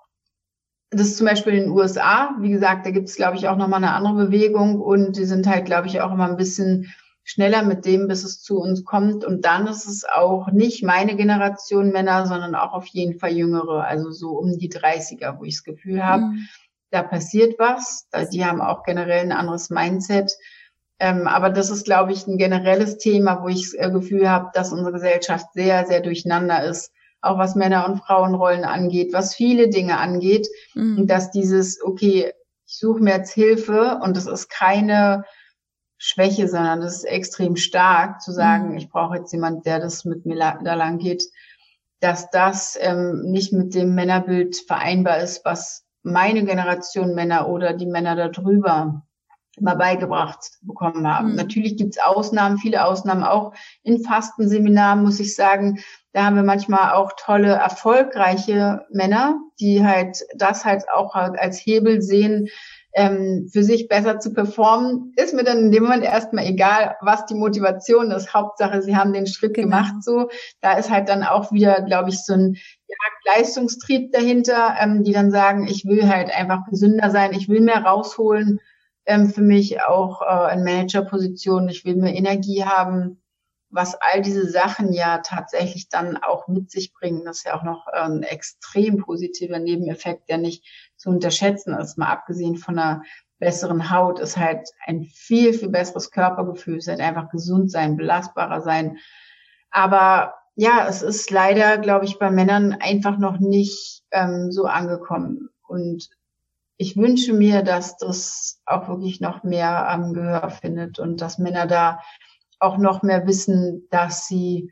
das ist zum Beispiel in den U S A. Wie gesagt, da gibt es, glaube ich, auch nochmal eine andere Bewegung und die sind halt, glaube ich, auch immer ein bisschen schneller mit dem, bis es zu uns kommt. Und dann ist es auch nicht meine Generation Männer, sondern auch auf jeden Fall jüngere, also so um die dreißiger, wo ich das Gefühl habe, mhm. da passiert was. Die haben auch generell ein anderes Mindset. Ähm, aber das ist, glaube ich, ein generelles Thema, wo ich das äh, Gefühl habe, dass unsere Gesellschaft sehr, sehr durcheinander ist. Auch was Männer- und Frauenrollen angeht, was viele Dinge angeht. Mhm. Und dass dieses, okay, ich suche mir jetzt Hilfe und das ist keine Schwäche, sondern das ist extrem stark, zu sagen, mhm. ich brauche jetzt jemand, der das mit mir la- da lang geht, dass das ähm, nicht mit dem Männerbild vereinbar ist, was meine Generation Männer oder die Männer da drüber mal beigebracht bekommen haben. Mhm. Natürlich gibt's Ausnahmen, viele Ausnahmen auch in Fastenseminaren, muss ich sagen. da haben wir manchmal auch tolle, erfolgreiche Männer, die halt das halt auch als Hebel sehen, ähm, für sich besser zu performen. Ist mir dann in dem Moment erstmal egal, was die Motivation ist. Hauptsache, sie haben den Schritt genau. gemacht. So, da ist halt dann auch wieder, glaube ich, so ein ja, Leistungstrieb dahinter, ähm, die dann sagen, ich will halt einfach gesünder sein, ich will mehr rausholen, ähm, für mich auch äh, in Managerpositionen, ich will mehr Energie haben, was all diese Sachen ja tatsächlich dann auch mit sich bringen. Das ist ja auch noch ein extrem positiver Nebeneffekt, der nicht zu unterschätzen ist. Mal abgesehen von einer besseren Haut ist halt ein viel, viel besseres Körpergefühl. Es ist halt einfach gesund sein, belastbarer sein. Aber ja, es ist leider, glaube ich, bei Männern einfach noch nicht ähm, so angekommen. Und ich wünsche mir, dass das auch wirklich noch mehr am Gehör findet und dass Männer da auch noch mehr wissen, dass sie,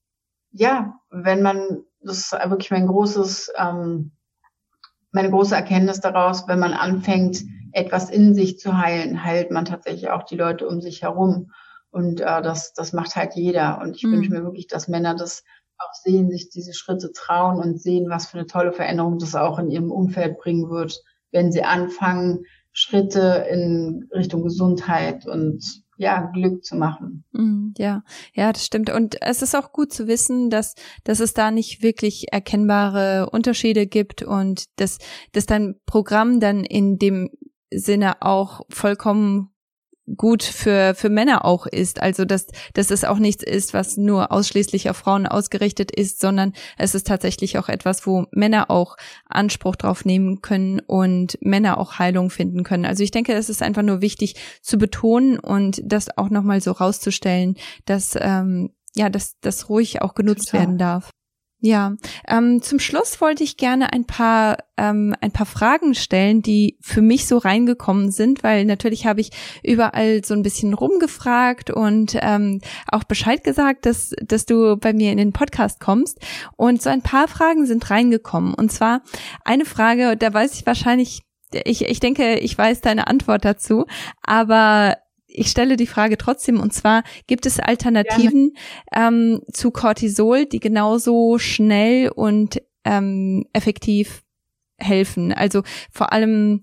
ja, wenn man, das ist wirklich mein großes, ähm, meine große Erkenntnis daraus, wenn man anfängt, etwas in sich zu heilen, heilt man tatsächlich auch die Leute um sich herum. Und äh, das, das macht halt jeder. Und ich mhm. wünsche mir wirklich, dass Männer das auch sehen, sich diese Schritte trauen und sehen, was für eine tolle Veränderung das auch in ihrem Umfeld bringen wird, wenn sie anfangen, Schritte in Richtung Gesundheit und ja, Glück zu machen. Ja, ja, das stimmt. Und es ist auch gut zu wissen, dass, dass es da nicht wirklich erkennbare Unterschiede gibt und dass, dass dein Programm dann in dem Sinne auch vollkommen gut für für Männer auch ist, also dass dass es auch nichts ist, was nur ausschließlich auf Frauen ausgerichtet ist, sondern es ist tatsächlich auch etwas, wo Männer auch Anspruch drauf nehmen können und Männer auch Heilung finden können. Also ich denke, es ist einfach nur wichtig zu betonen und das auch nochmal so rauszustellen, dass ähm, ja, dass das ruhig auch genutzt Total. werden darf. Ja, ähm, zum Schluss wollte ich gerne ein paar ähm, ein paar Fragen stellen, die für mich so reingekommen sind, weil natürlich habe ich überall so ein bisschen rumgefragt und ähm, auch Bescheid gesagt, dass dass du bei mir in den Podcast kommst und so ein paar Fragen sind reingekommen und zwar eine Frage, da weiß ich wahrscheinlich, ich ich denke, ich weiß deine Antwort dazu, aber ich stelle die Frage trotzdem, und zwar, gibt es Alternativen ähm, zu Cortisol, die genauso schnell und ähm, effektiv helfen? Also vor allem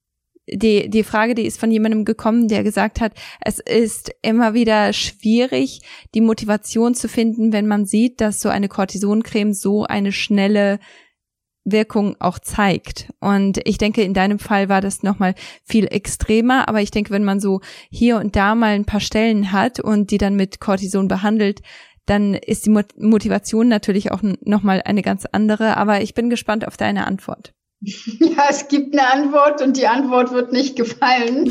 die die Frage, die ist von jemandem gekommen, der gesagt hat, es ist immer wieder schwierig, die Motivation zu finden, wenn man sieht, dass so eine Cortisoncreme so eine schnelle Wirkung auch zeigt. Und ich denke, in deinem Fall war das nochmal viel extremer, aber ich denke, wenn man so hier und da mal ein paar Stellen hat und die dann mit Cortison behandelt, dann ist die Motivation natürlich auch nochmal eine ganz andere, aber ich bin gespannt auf deine Antwort. Ja, es gibt eine Antwort und die Antwort wird nicht gefallen.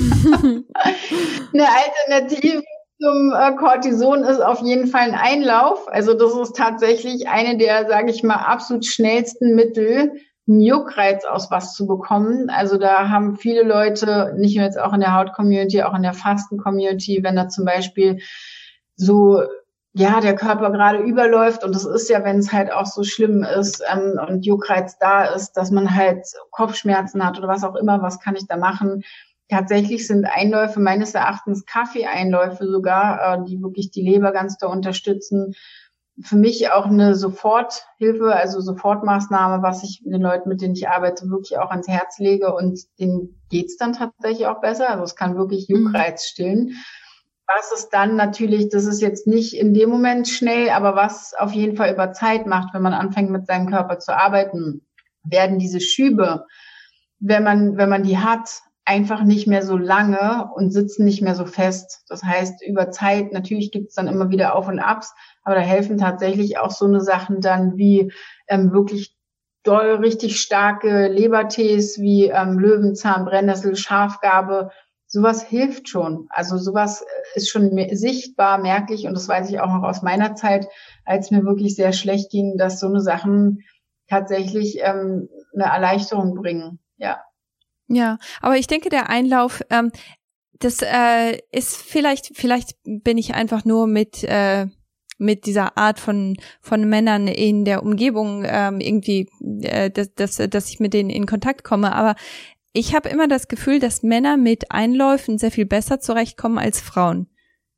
Eine Alternative zum äh, Cortison ist auf jeden Fall ein Einlauf. Also das ist tatsächlich eine der, sage ich mal, absolut schnellsten Mittel, einen Juckreiz aus was zu bekommen. Also da haben viele Leute, nicht nur jetzt auch in der Haut-Community, auch in der Fasten-Community, wenn da zum Beispiel so, ja, der Körper gerade überläuft und das ist ja, wenn es halt auch so schlimm ist ähm, und Juckreiz da ist, dass man halt Kopfschmerzen hat oder was auch immer, was kann ich da machen? Tatsächlich sind Einläufe meines Erachtens Kaffeeeinläufe sogar, äh, die wirklich die Leber ganz da unterstützen. Für mich auch eine Soforthilfe, also Sofortmaßnahme, was ich den Leuten, mit denen ich arbeite, wirklich auch ans Herz lege und denen geht's dann tatsächlich auch besser. Also es kann wirklich Juckreiz stillen. Was es dann natürlich, das ist jetzt nicht in dem Moment schnell, aber was auf jeden Fall über Zeit macht, wenn man anfängt mit seinem Körper zu arbeiten, werden diese Schübe, wenn man, wenn man die hat, einfach nicht mehr so lange und sitzen nicht mehr so fest. Das heißt, über Zeit, natürlich gibt es dann immer wieder Auf und Abs, aber da helfen tatsächlich auch so eine Sachen dann wie ähm, wirklich doll, richtig starke Lebertees wie ähm, Löwenzahn, Brennnessel, Schafgarbe. Sowas hilft schon. Also sowas ist schon sichtbar, merklich und das weiß ich auch noch aus meiner Zeit, als mir wirklich sehr schlecht ging, dass so eine Sachen tatsächlich ähm, eine Erleichterung bringen. Ja. Ja, aber ich denke, der Einlauf, ähm, das äh, ist vielleicht, vielleicht bin ich einfach nur mit äh, mit dieser Art von von Männern in der Umgebung ähm, irgendwie, äh, dass, dass dass ich mit denen in Kontakt komme. Aber ich habe immer das Gefühl, dass Männer mit Einläufen sehr viel besser zurechtkommen als Frauen.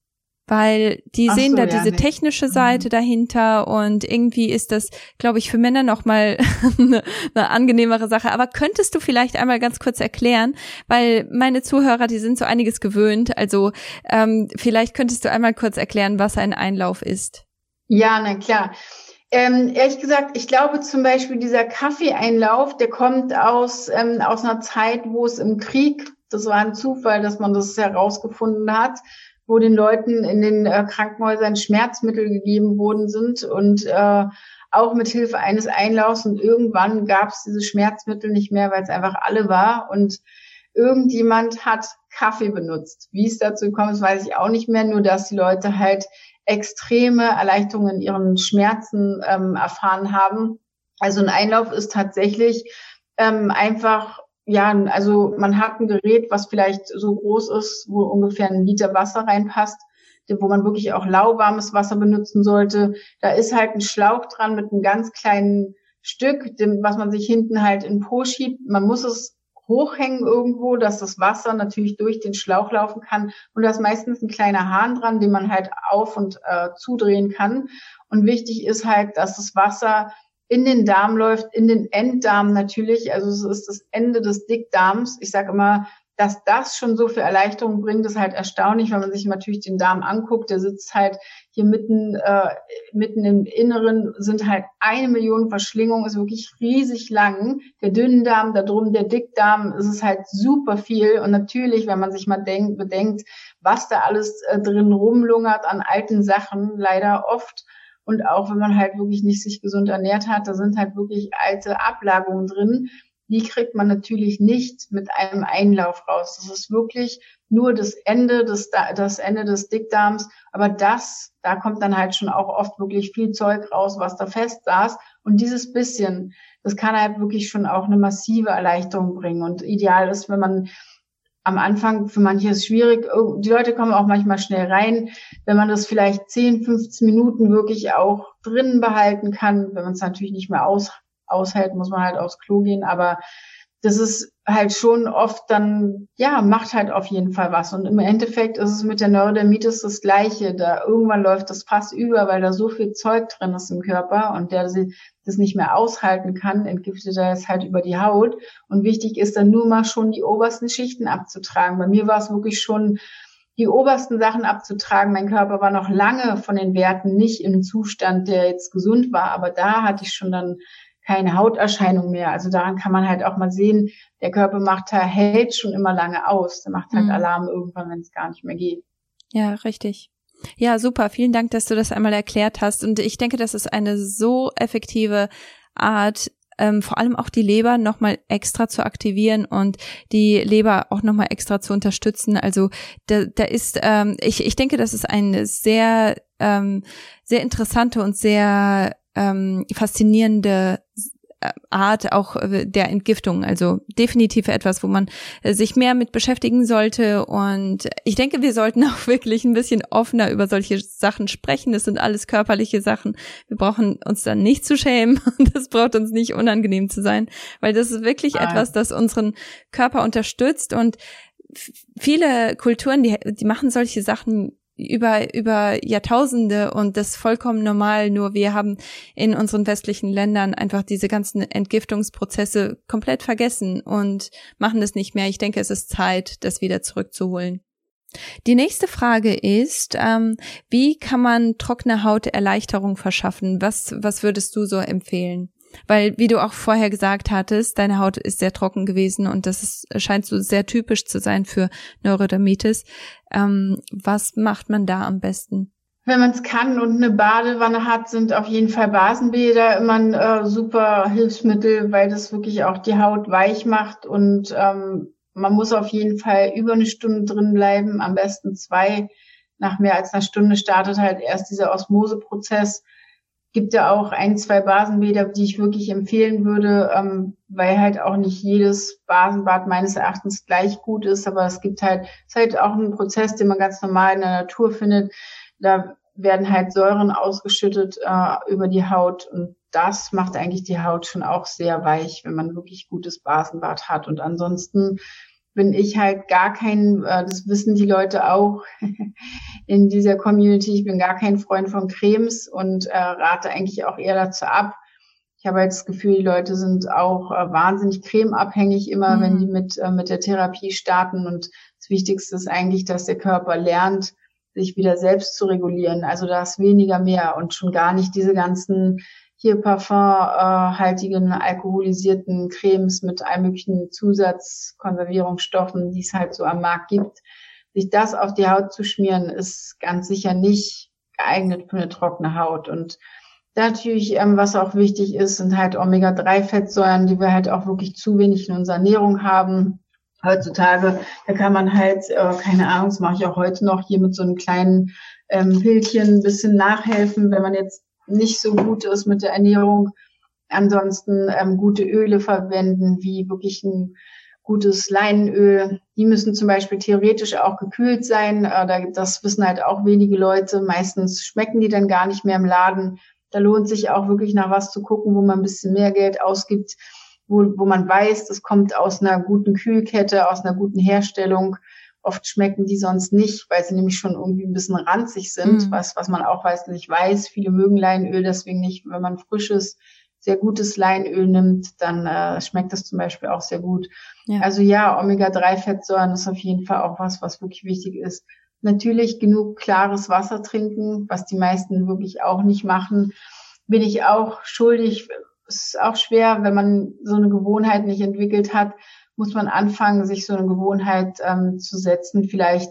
weil die Ach sehen so, da ja, diese nee. technische Seite mhm. dahinter und irgendwie ist das, glaube ich, für Männer nochmal eine, eine angenehmere Sache. Aber könntest du vielleicht einmal ganz kurz erklären, weil meine Zuhörer, die sind so einiges gewöhnt, also ähm, vielleicht könntest du einmal kurz erklären, was ein Einlauf ist. Ja, na klar. Ähm, ehrlich gesagt, ich glaube zum Beispiel dieser Kaffeeeinlauf, der kommt aus, ähm, aus einer Zeit, wo es im Krieg, das war ein Zufall, dass man das herausgefunden hat, wo den Leuten in den äh, Krankenhäusern Schmerzmittel gegeben worden sind und äh, auch mit Hilfe eines Einlaufs. Und irgendwann gab es diese Schmerzmittel nicht mehr, weil es einfach alle war. Und irgendjemand hat Kaffee benutzt. Wie es dazu gekommen ist, weiß ich auch nicht mehr. Nur, dass die Leute halt extreme Erleichterungen in ihren Schmerzen ähm, erfahren haben. Also ein Einlauf ist tatsächlich ähm, einfach, ja, also man hat ein Gerät, was vielleicht so groß ist, wo ungefähr ein Liter Wasser reinpasst, wo man wirklich auch lauwarmes Wasser benutzen sollte. Da ist halt ein Schlauch dran mit einem ganz kleinen Stück, dem, was man sich hinten halt in den Po schiebt. Man muss es hochhängen irgendwo, dass das Wasser natürlich durch den Schlauch laufen kann. Und da ist meistens ein kleiner Hahn dran, den man halt auf- und äh, zudrehen kann. Und wichtig ist halt, dass das Wasser in den Darm läuft, in den Enddarm natürlich. Also es ist das Ende des Dickdarms. Ich sage immer, dass das schon so viel Erleichterung bringt, ist halt erstaunlich, wenn man sich natürlich den Darm anguckt. Der sitzt halt hier mitten, äh, mitten im Inneren, sind halt eine Million Verschlingungen, ist wirklich riesig lang. Der Dünndarm, da drum der Dickdarm, ist es halt super viel. Und natürlich, wenn man sich mal denkt, bedenkt, was da alles äh, drin rumlungert an alten Sachen, leider oft. Und auch wenn man halt wirklich nicht sich gesund ernährt hat, da sind halt wirklich alte Ablagerungen drin. Die kriegt man natürlich nicht mit einem Einlauf raus. Das ist wirklich nur das Ende des, das Ende des Dickdarms. Aber das, da kommt dann halt schon auch oft wirklich viel Zeug raus, was da fest saß. Und dieses bisschen, das kann halt wirklich schon auch eine massive Erleichterung bringen. Und ideal ist, wenn man am Anfang, für manche ist es schwierig, die Leute kommen auch manchmal schnell rein, wenn man das vielleicht zehn, fünfzehn Minuten wirklich auch drinnen behalten kann, wenn man es natürlich nicht mehr aus, aushält, muss man halt aufs Klo gehen, aber das ist halt schon oft dann, ja, macht halt auf jeden Fall was. Und im Endeffekt ist es mit der Neurodermitis das Gleiche. Da irgendwann läuft das Fass über, weil da so viel Zeug drin ist im Körper und der das nicht mehr aushalten kann, entgiftet er es halt über die Haut. Und wichtig ist dann nur mal schon die obersten Schichten abzutragen. Bei mir war es wirklich schon die obersten Sachen abzutragen. Mein Körper war noch lange von den Werten nicht im Zustand, der jetzt gesund war, aber da hatte ich schon dann keine Hauterscheinung mehr. Also daran kann man halt auch mal sehen, der Körper macht halt, hält schon immer lange aus. Der macht halt mhm. Alarm irgendwann, wenn es gar nicht mehr geht. Ja, richtig. Ja, super. Vielen Dank, dass du das einmal erklärt hast. Und ich denke, das ist eine so effektive Art, ähm, vor allem auch die Leber nochmal extra zu aktivieren und die Leber auch nochmal extra zu unterstützen. Also da, da ist, ähm, ich, ich denke, das ist eine sehr, ähm, sehr interessante und sehr ähm, faszinierende Art auch der Entgiftung, also definitiv etwas, wo man sich mehr mit beschäftigen sollte, und ich denke, wir sollten auch wirklich ein bisschen offener über solche Sachen sprechen. Das sind alles körperliche Sachen. Wir brauchen uns dann nicht zu schämen und das braucht uns nicht unangenehm zu sein, weil das ist wirklich ah. etwas, das unseren Körper unterstützt, und viele Kulturen, die, die machen solche Sachen über über Jahrtausende, und das ist vollkommen normal, nur wir haben in unseren westlichen Ländern einfach diese ganzen Entgiftungsprozesse komplett vergessen und machen das nicht mehr. Ich denke, es ist Zeit, das wieder zurückzuholen. Die nächste Frage ist, ähm, wie kann man trockene Haut Erleichterung verschaffen? Was was würdest du so empfehlen? Weil, wie du auch vorher gesagt hattest, deine Haut ist sehr trocken gewesen, und das ist, scheint so sehr typisch zu sein für Neurodermitis. Ähm, was macht man da am besten? Wenn man es kann und eine Badewanne hat, sind auf jeden Fall Basenbäder immer ein äh, super Hilfsmittel, weil das wirklich auch die Haut weich macht, und ähm, man muss auf jeden Fall über eine Stunde drin bleiben, am besten zwei. Nach mehr als einer Stunde startet halt erst dieser Osmoseprozess. Gibt ja auch ein, zwei Basenbäder, die ich wirklich empfehlen würde, ähm, weil halt auch nicht jedes Basenbad meines Erachtens gleich gut ist, aber es gibt halt, es ist halt auch ein Prozess, den man ganz normal in der Natur findet. Da werden halt Säuren ausgeschüttet äh, über die Haut, und das macht eigentlich die Haut schon auch sehr weich, wenn man wirklich gutes Basenbad hat. Und ansonsten bin ich halt gar kein, äh, das wissen die Leute auch in dieser Community, ich bin gar kein Freund von Cremes und äh, rate eigentlich auch eher dazu ab. Ich habe jetzt das Gefühl, die Leute sind auch äh, wahnsinnig cremeabhängig immer, mhm. wenn die mit äh, mit der Therapie starten. Und das Wichtigste ist eigentlich, dass der Körper lernt, sich wieder selbst zu regulieren. Also da ist weniger mehr und schon gar nicht diese ganzen hier parfumhaltigen, äh, alkoholisierten Cremes mit allen möglichen Zusatzkonservierungsstoffen, die es halt so am Markt gibt. Sich das auf die Haut zu schmieren, ist ganz sicher nicht geeignet für eine trockene Haut. Und natürlich, ähm, was auch wichtig ist, sind halt Omega drei Fettsäuren, die wir halt auch wirklich zu wenig in unserer Ernährung haben. Heutzutage, da kann man halt, äh, keine Ahnung, das mache ich auch heute noch, hier mit so einem kleinen ähm, Pillchen ein bisschen nachhelfen, wenn man jetzt nicht so gut ist mit der Ernährung. Ansonsten ähm, gute Öle verwenden, wie wirklich ein gutes Leinenöl. Die müssen zum Beispiel theoretisch auch gekühlt sein. Äh, da, das wissen halt auch wenige Leute. Meistens schmecken die dann gar nicht mehr im Laden. Da lohnt sich auch wirklich nach was zu gucken, wo man ein bisschen mehr Geld ausgibt, wo, wo man weiß, das kommt aus einer guten Kühlkette, aus einer guten Herstellung. Oft schmecken die sonst nicht, weil sie nämlich schon irgendwie ein bisschen ranzig sind, mm. was was man auch weiß, nicht weiß. Viele mögen Leinöl deswegen nicht. Wenn man frisches, sehr gutes Leinöl nimmt, dann äh, schmeckt das zum Beispiel auch sehr gut. Ja. Also ja, Omega drei Fettsäuren ist auf jeden Fall auch was, was wirklich wichtig ist. Natürlich genug klares Wasser trinken, was die meisten wirklich auch nicht machen. Bin ich auch schuldig. Es ist auch schwer, wenn man so eine Gewohnheit nicht entwickelt hat, muss man anfangen, sich so eine Gewohnheit ähm, zu setzen. Vielleicht,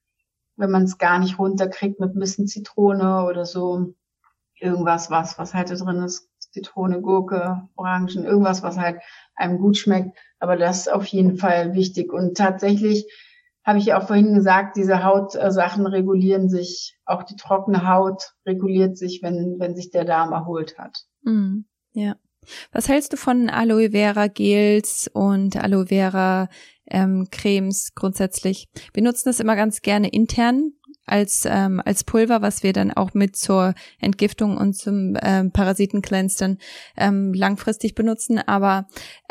wenn man es gar nicht runterkriegt, mit ein bisschen Zitrone oder so. Irgendwas, was, was halt da drin ist. Zitrone, Gurke, Orangen, irgendwas, was halt einem gut schmeckt. Aber das ist auf jeden Fall wichtig. Und tatsächlich habe ich ja auch vorhin gesagt, diese Hautsachen regulieren sich, auch die trockene Haut reguliert sich, wenn wenn sich der Darm erholt hat. Mm, ja. Was hältst du von Aloe Vera Gels und Aloe Vera ähm, Cremes grundsätzlich? Wir nutzen das immer ganz gerne intern als ähm, als Pulver, was wir dann auch mit zur Entgiftung und zum ähm, Parasitencleanse dann ähm, langfristig benutzen. Aber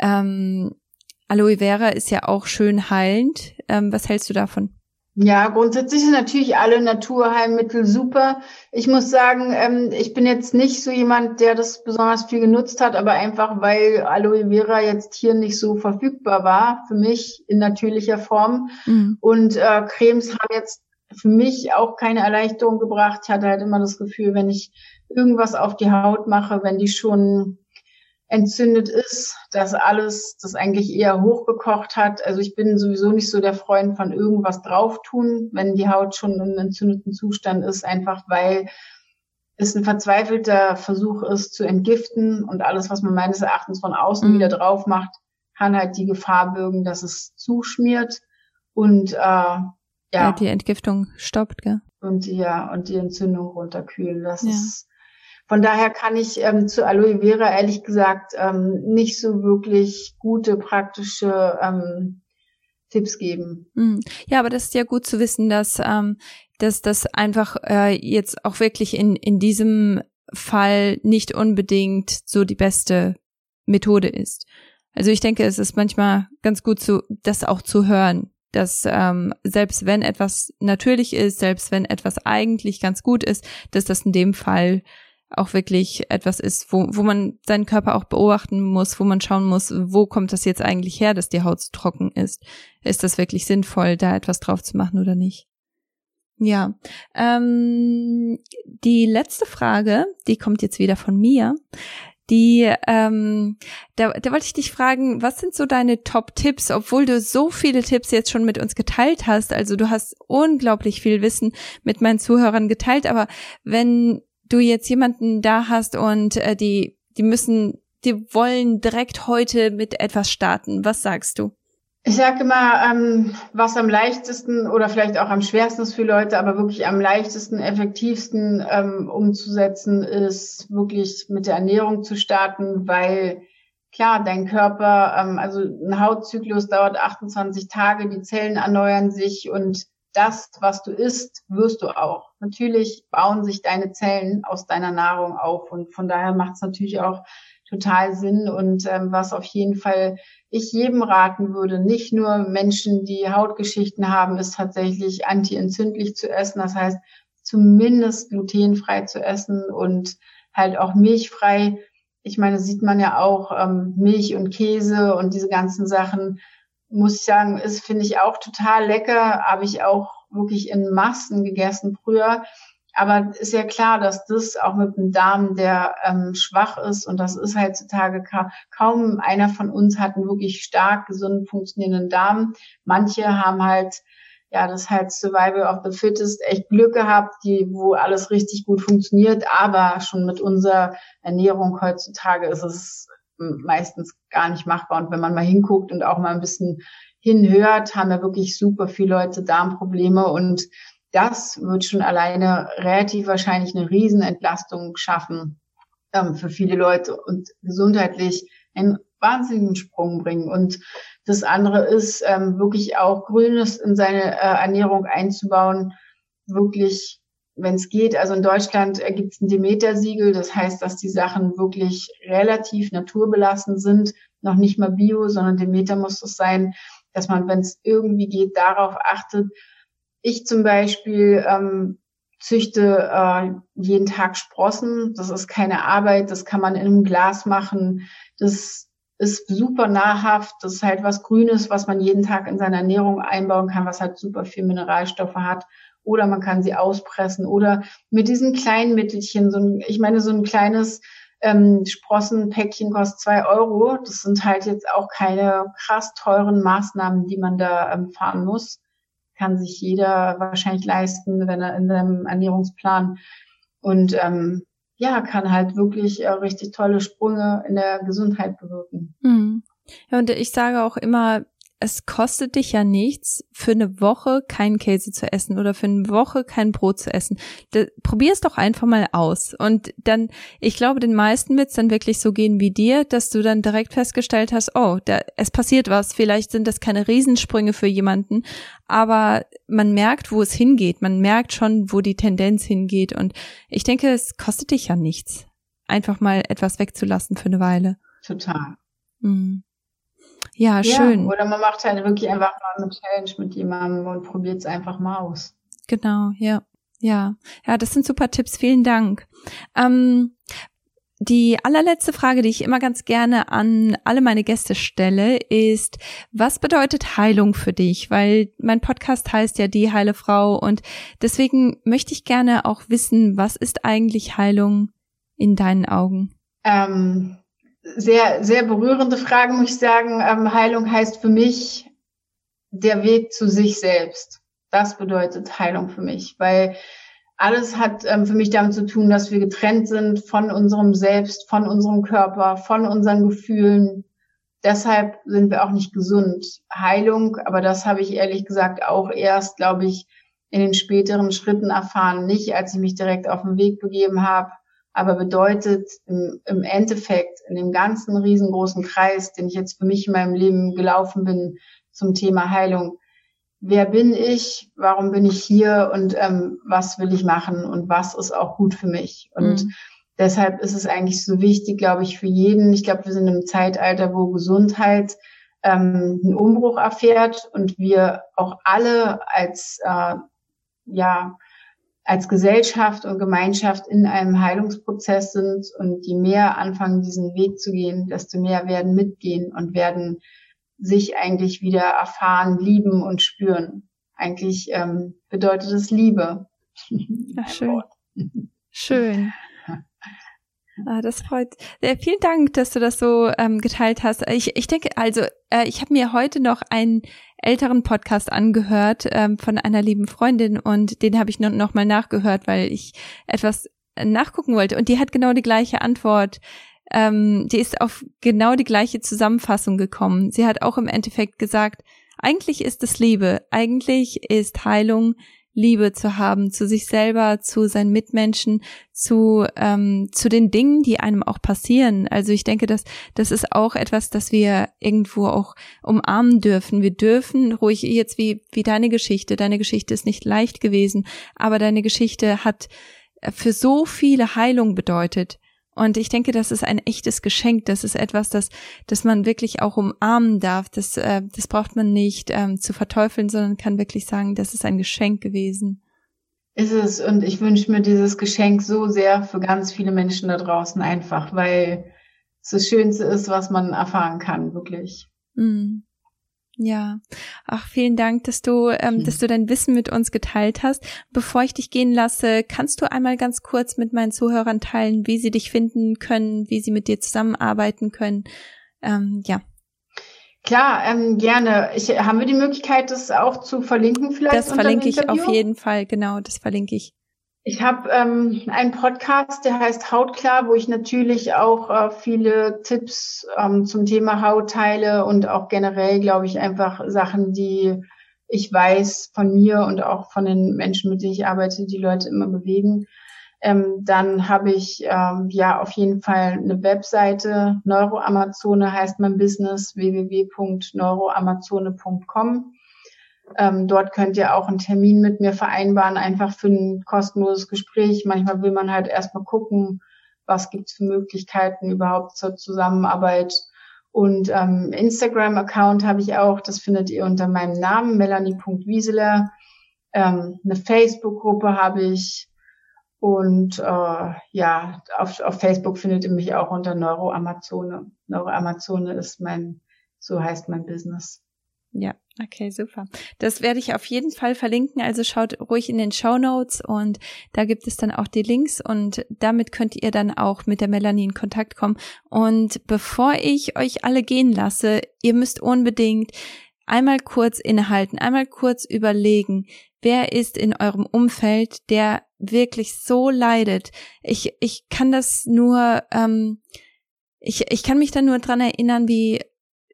ähm, Aloe Vera ist ja auch schön heilend. Ähm, was hältst du davon? Ja, grundsätzlich sind natürlich alle Naturheilmittel super. Ich muss sagen, ähm, ich bin jetzt nicht so jemand, der das besonders viel genutzt hat, aber einfach, weil Aloe Vera jetzt hier nicht so verfügbar war, für mich in natürlicher Form. Mhm. Und äh, Cremes haben jetzt für mich auch keine Erleichterung gebracht. Ich hatte halt immer das Gefühl, wenn ich irgendwas auf die Haut mache, wenn die schon entzündet ist, dass alles das eigentlich eher hochgekocht hat. Also ich bin sowieso nicht so der Freund von irgendwas drauf tun, wenn die Haut schon im entzündeten Zustand ist, einfach weil es ein verzweifelter Versuch ist zu entgiften und alles, was man meines Erachtens von außen mhm. wieder drauf macht, kann halt die Gefahr bürgen, dass es zuschmiert und äh, ja, ja die Entgiftung stoppt, gell? Und die, ja, und die Entzündung runterkühlen. Das ja. ist Von daher kann ich ähm, zu Aloe Vera ehrlich gesagt ähm, nicht so wirklich gute, praktische ähm, Tipps geben. Ja, aber das ist ja gut zu wissen, dass ähm, dass das einfach äh, jetzt auch wirklich in in diesem Fall nicht unbedingt so die beste Methode ist. Also ich denke, es ist manchmal ganz gut, zu das auch zu hören, dass ähm, selbst wenn etwas natürlich ist, selbst wenn etwas eigentlich ganz gut ist, dass das in dem Fall auch wirklich etwas ist, wo wo man seinen Körper auch beobachten muss, wo man schauen muss, wo kommt das jetzt eigentlich her, dass die Haut so trocken ist? Ist das wirklich sinnvoll, da etwas drauf zu machen oder nicht? Ja, ähm, die letzte Frage, die kommt jetzt wieder von mir. Die, ähm, da, da wollte ich dich fragen, was sind so deine Top-Tipps, obwohl du so viele Tipps jetzt schon mit uns geteilt hast? Also du hast unglaublich viel Wissen mit meinen Zuhörern geteilt, aber wenn du jetzt jemanden da hast und äh, die die müssen, die wollen direkt heute mit etwas starten, was sagst du? Ich sage immer, ähm, was am leichtesten oder vielleicht auch am schwersten ist für Leute, aber wirklich am leichtesten, effektivsten ähm, umzusetzen ist, wirklich mit der Ernährung zu starten, weil klar, dein Körper, ähm, also ein Hautzyklus dauert achtundzwanzig Tage, die Zellen erneuern sich und das, was du isst, wirst du auch. Natürlich bauen sich deine Zellen aus deiner Nahrung auf und von daher macht es natürlich auch total Sinn. Und ähm, was auf jeden Fall ich jedem raten würde, nicht nur Menschen, die Hautgeschichten haben, ist tatsächlich antientzündlich zu essen. Das heißt, zumindest glutenfrei zu essen und halt auch milchfrei. Ich meine, sieht man ja auch, ähm, Milch und Käse und diese ganzen Sachen, muss ich sagen, ist, finde ich auch total lecker. Habe ich auch wirklich in Massen gegessen früher. Aber ist ja klar, dass das auch mit einem Darm, der ähm, schwach ist, und das ist heutzutage ka- kaum einer von uns hat einen wirklich stark gesund funktionierenden Darm. Manche haben halt, ja, das halt Survival of the Fittest, echt Glück gehabt, die, wo alles richtig gut funktioniert, aber schon mit unserer Ernährung heutzutage ist es meistens gar nicht machbar. Und wenn man mal hinguckt und auch mal ein bisschen hinhört, haben ja wirklich super viele Leute Darmprobleme, und das wird schon alleine relativ wahrscheinlich eine Riesenentlastung schaffen ähm, für viele Leute und gesundheitlich einen wahnsinnigen Sprung bringen. Und das andere ist, ähm, wirklich auch Grünes in seine äh, Ernährung einzubauen, wirklich, wenn es geht. Also in Deutschland äh, gibt es ein Demeter-Siegel, das heißt, dass die Sachen wirklich relativ naturbelassen sind, noch nicht mal Bio, sondern Demeter muss es sein, dass man, wenn es irgendwie geht, darauf achtet. Ich zum Beispiel ähm, züchte äh, jeden Tag Sprossen. Das ist keine Arbeit, das kann man in einem Glas machen. Das ist super nahrhaft. Das ist halt was Grünes, was man jeden Tag in seine Ernährung einbauen kann, was halt super viel Mineralstoffe hat. Oder man kann sie auspressen. Oder mit diesen kleinen Mittelchen, so ein, ich meine, so ein kleines ähm, Sprossenpäckchen kostet zwei Euro. Das sind halt jetzt auch keine krass teuren Maßnahmen, die man da ähm, fahren muss. Kann sich jeder wahrscheinlich leisten, wenn er in seinem Ernährungsplan, und ähm, ja, kann halt wirklich äh, richtig tolle Sprünge in der Gesundheit bewirken. Hm. Ja, und ich sage auch immer, es kostet dich ja nichts, für eine Woche keinen Käse zu essen oder für eine Woche kein Brot zu essen. Probier es doch einfach mal aus. Und dann, ich glaube, den meisten wird es dann wirklich so gehen wie dir, dass du dann direkt festgestellt hast, oh, da, es passiert was. Vielleicht sind das keine Riesensprünge für jemanden, aber man merkt, wo es hingeht. Man merkt schon, wo die Tendenz hingeht. Und ich denke, es kostet dich ja nichts, einfach mal etwas wegzulassen für eine Weile. Total. Mhm. Ja, schön. Ja, oder man macht halt wirklich einfach mal eine Challenge mit jemandem und probiert es einfach mal aus. Genau, ja. Ja, ja, das sind super Tipps. Vielen Dank. Ähm, die allerletzte Frage, die ich immer ganz gerne an alle meine Gäste stelle, ist, was bedeutet Heilung für dich? Weil mein Podcast heißt ja Die heile Frau, und deswegen möchte ich gerne auch wissen, was ist eigentlich Heilung in deinen Augen? Ähm, sehr, sehr berührende Fragen, muss ich sagen. Ähm, Heilung heißt für mich der Weg zu sich selbst. Das bedeutet Heilung für mich, weil alles hat ähm, für mich damit zu tun, dass wir getrennt sind von unserem Selbst, von unserem Körper, von unseren Gefühlen. Deshalb sind wir auch nicht gesund. Heilung, aber das habe ich ehrlich gesagt auch erst, glaube ich, in den späteren Schritten erfahren. Nicht, als ich mich direkt auf den Weg begeben habe, aber bedeutet im, im Endeffekt in dem ganzen riesengroßen Kreis, den ich jetzt für mich in meinem Leben gelaufen bin zum Thema Heilung, wer bin ich, warum bin ich hier und ähm, was will ich machen und was ist auch gut für mich. Und mhm. deshalb ist es eigentlich so wichtig, glaube ich, für jeden. Ich glaube, wir sind im Zeitalter, wo Gesundheit ähm, einen Umbruch erfährt und wir auch alle als äh, ja als Gesellschaft und Gemeinschaft in einem Heilungsprozess sind, und je mehr anfangen, diesen Weg zu gehen, desto mehr werden mitgehen und werden sich eigentlich wieder erfahren, lieben und spüren. Eigentlich ähm, bedeutet es Liebe. Ach, schön. Schön. Ah, das freut. Ja, vielen Dank, dass du das so ähm, geteilt hast. Ich, ich denke, also äh, ich habe mir heute noch einen älteren Podcast angehört ähm, von einer lieben Freundin, und den habe ich noch, noch mal nachgehört, weil ich etwas nachgucken wollte. Und die hat genau die gleiche Antwort. Ähm, die ist auf genau die gleiche Zusammenfassung gekommen. Sie hat auch im Endeffekt gesagt, eigentlich ist es Liebe. Eigentlich ist Heilung, Liebe zu haben zu sich selber, zu seinen Mitmenschen, zu ähm, zu den Dingen, die einem auch passieren. Also ich denke, dass das ist auch etwas, das wir irgendwo auch umarmen dürfen. Wir dürfen ruhig, jetzt wie wie deine Geschichte, deine Geschichte ist nicht leicht gewesen, aber deine Geschichte hat für so viele Heilung bedeutet. Und ich denke, das ist ein echtes Geschenk. Das ist etwas, das, das man wirklich auch umarmen darf. Das, äh, das braucht man nicht ähm, zu verteufeln, sondern kann wirklich sagen, das ist ein Geschenk gewesen. Ist es. Und ich wünsche mir dieses Geschenk so sehr für ganz viele Menschen da draußen einfach, weil es das Schönste ist, was man erfahren kann, wirklich. Mm. Ja, ach, vielen Dank, dass du, ähm, mhm. dass du dein Wissen mit uns geteilt hast. Bevor ich dich gehen lasse, kannst du einmal ganz kurz mit meinen Zuhörern teilen, wie sie dich finden können, wie sie mit dir zusammenarbeiten können? Ähm, ja. Klar, ähm, gerne. Ich, haben wir die Möglichkeit, das auch zu verlinken vielleicht? Das verlinke ich auf jeden Fall, genau, das verlinke ich. Ich habe ähm, einen Podcast, der heißt Hautklar, wo ich natürlich auch äh, viele Tipps ähm, zum Thema Haut teile und auch generell, glaube ich, einfach Sachen, die ich weiß von mir und auch von den Menschen, mit denen ich arbeite, die Leute immer bewegen. Ähm, dann habe ich ähm, ja auf jeden Fall eine Webseite, Neuroamazone heißt mein Business, w w w punkt neuroamazone punkt com. Ähm, dort könnt ihr auch einen Termin mit mir vereinbaren, einfach für ein kostenloses Gespräch. Manchmal will man halt erstmal gucken, was gibt's für Möglichkeiten überhaupt zur Zusammenarbeit. Und ähm, Instagram-Account habe ich auch, das findet ihr unter meinem Namen, melanie punkt wieseler. Ähm, eine Facebook-Gruppe habe ich und äh, ja, auf, auf Facebook findet ihr mich auch unter Neuroamazone. Neuroamazone ist mein, so heißt mein Business. Ja, okay, super. Das werde ich auf jeden Fall verlinken, also schaut ruhig in den Shownotes und da gibt es dann auch die Links und damit könnt ihr dann auch mit der Melanie in Kontakt kommen. Und bevor ich euch alle gehen lasse, ihr müsst unbedingt einmal kurz innehalten, einmal kurz überlegen, wer ist in eurem Umfeld, der wirklich so leidet. Ich ich kann das nur, ähm, ich ich kann mich da nur dran erinnern, wie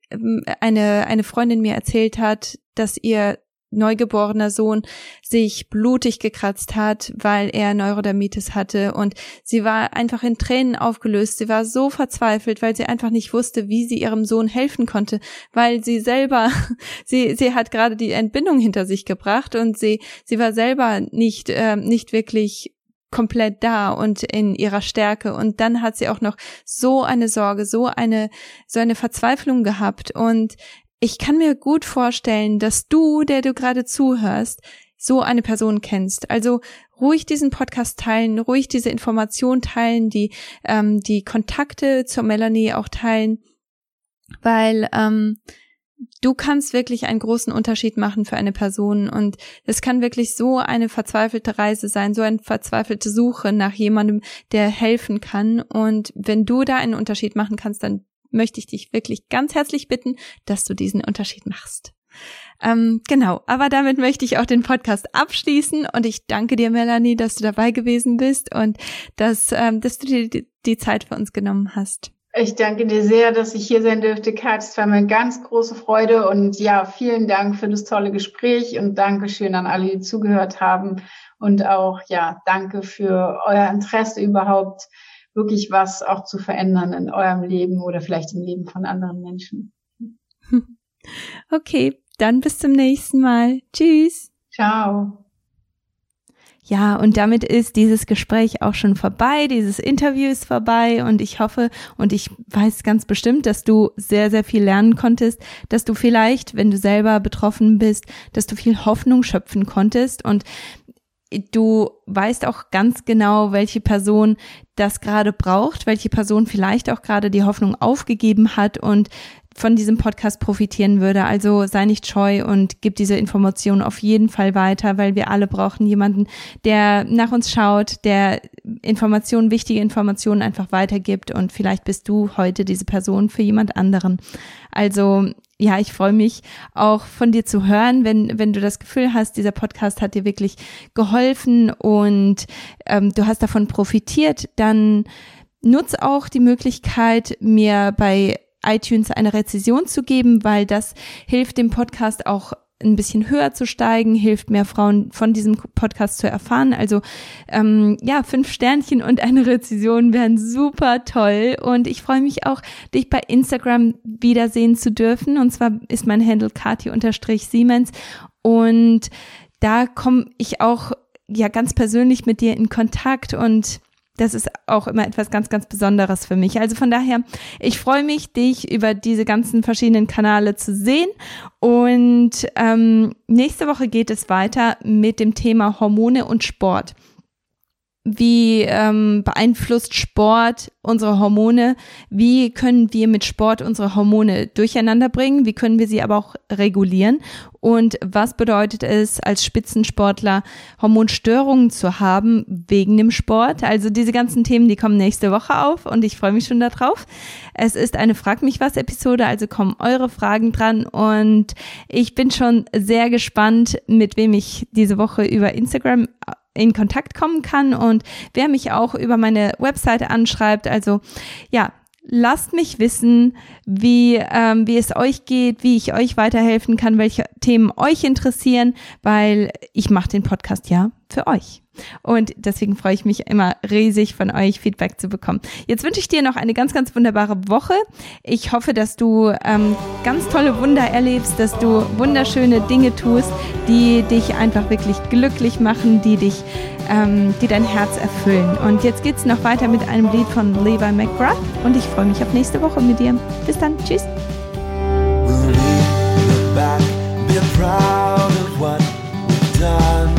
eine eine Freundin mir erzählt hat, dass ihr neugeborener Sohn sich blutig gekratzt hat, weil er Neurodermitis hatte und sie war einfach in Tränen aufgelöst. Sie war so verzweifelt, weil sie einfach nicht wusste, wie sie ihrem Sohn helfen konnte, weil sie selber, sie sie hat gerade die Entbindung hinter sich gebracht und sie sie war selber nicht äh, nicht wirklich komplett da und in ihrer Stärke und dann hat sie auch noch so eine Sorge, so eine so eine Verzweiflung gehabt und ich kann mir gut vorstellen, dass du, der du gerade zuhörst, so eine Person kennst. Also ruhig diesen Podcast teilen, ruhig diese Information teilen, die ähm, die Kontakte zur Melanie auch teilen, weil ähm, du kannst wirklich einen großen Unterschied machen für eine Person und es kann wirklich so eine verzweifelte Reise sein, so eine verzweifelte Suche nach jemandem, der helfen kann und wenn du da einen Unterschied machen kannst, dann möchte ich dich wirklich ganz herzlich bitten, dass du diesen Unterschied machst. Ähm, genau, aber damit möchte ich auch den Podcast abschließen und ich danke dir, Melanie, dass du dabei gewesen bist und dass, ähm, dass du dir die, die Zeit für uns genommen hast. Ich danke dir sehr, dass ich hier sein dürfte, Kat. Es war mir eine ganz große Freude und ja, vielen Dank für das tolle Gespräch und Dankeschön an alle, die zugehört haben und auch, ja, danke für euer Interesse überhaupt, wirklich was auch zu verändern in eurem Leben oder vielleicht im Leben von anderen Menschen. Okay, dann bis zum nächsten Mal. Tschüss. Ciao. Ja, und damit ist dieses Gespräch auch schon vorbei, dieses Interview ist vorbei und ich hoffe und ich weiß ganz bestimmt, dass du sehr, sehr viel lernen konntest, dass du vielleicht, wenn du selber betroffen bist, dass du viel Hoffnung schöpfen konntest und du weißt auch ganz genau, welche Person das gerade braucht, welche Person vielleicht auch gerade die Hoffnung aufgegeben hat und von diesem Podcast profitieren würde. Also sei nicht scheu und gib diese Information auf jeden Fall weiter, weil wir alle brauchen jemanden, der nach uns schaut, der Informationen, wichtige Informationen einfach weitergibt und vielleicht bist du heute diese Person für jemand anderen. Also ja, ich freue mich auch von dir zu hören, wenn wenn du das Gefühl hast, dieser Podcast hat dir wirklich geholfen und ähm, du hast davon profitiert, dann nutz auch die Möglichkeit, mir bei iTunes eine Rezension zu geben, weil das hilft dem Podcast auch ein bisschen höher zu steigen, hilft mehr Frauen von diesem Podcast zu erfahren. Also ähm, ja, fünf Sternchen und eine Rezension wären super toll und ich freue mich auch, dich bei Instagram wiedersehen zu dürfen und zwar ist mein Handle Kathi-Siemens und da komme ich auch ja ganz persönlich mit dir in Kontakt und das ist auch immer etwas ganz, ganz Besonderes für mich. Also von daher, ich freue mich, dich über diese ganzen verschiedenen Kanäle zu sehen. Und ähm, nächste Woche geht es weiter mit dem Thema Hormone und Sport. Wie ähm, beeinflusst Sport unsere Hormone? Wie können wir mit Sport unsere Hormone durcheinander bringen? Wie können wir sie aber auch regulieren? Und was bedeutet es, als Spitzensportler Hormonstörungen zu haben wegen dem Sport? Also diese ganzen Themen, die kommen nächste Woche auf und ich freue mich schon darauf. Es ist eine Frag-mich-was-Episode, also kommen eure Fragen dran und ich bin schon sehr gespannt, mit wem ich diese Woche über Instagram in Kontakt kommen kann und wer mich auch über meine Webseite anschreibt. Also ja, lasst mich wissen, wie ähm, wie es euch geht, wie ich euch weiterhelfen kann, welche Themen euch interessieren, weil ich mache den Podcast ja für euch. Und deswegen freue ich mich immer riesig, von euch Feedback zu bekommen. Jetzt wünsche ich dir noch eine ganz, ganz wunderbare Woche. Ich hoffe, dass du ähm, ganz tolle Wunder erlebst, dass du wunderschöne Dinge tust, die dich einfach wirklich glücklich machen, die dich, ähm, die dein Herz erfüllen. Und jetzt geht's noch weiter mit einem Lied von Levi McGrath und ich freue mich auf nächste Woche mit dir. Bis dann, tschüss. We'll be back, be proud of what we've done.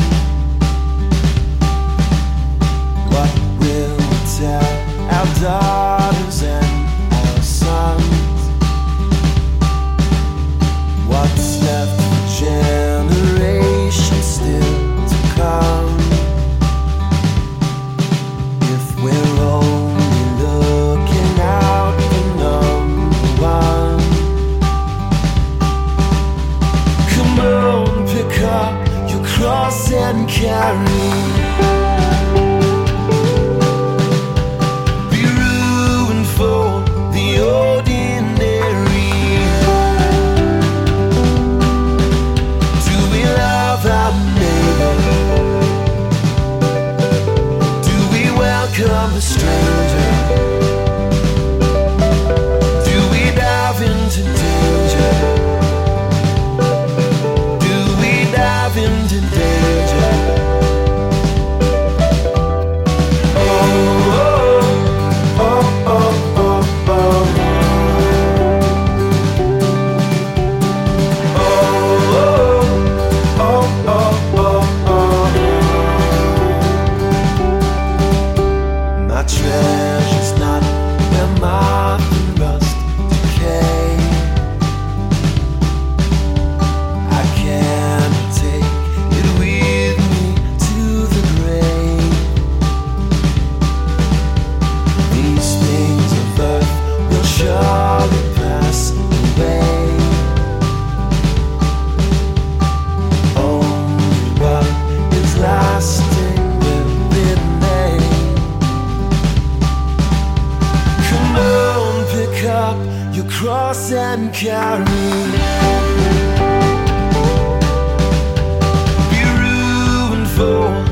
What will we tell our daughters and our sons? What's left for generations still to come? If we're only looking out for number one, come on, pick up your cross and carry. Come a stranger. Do we dive into danger? Do we dive into danger? Oh, oh, oh, oh, oh, oh. Oh, oh, oh, oh, oh. My treasure's not where moth and rust decay. I cannot take it with me to the grave. These things of earth will surely pass away. Only what is lasting will remain. Pick up your cross and carry. Be ruined for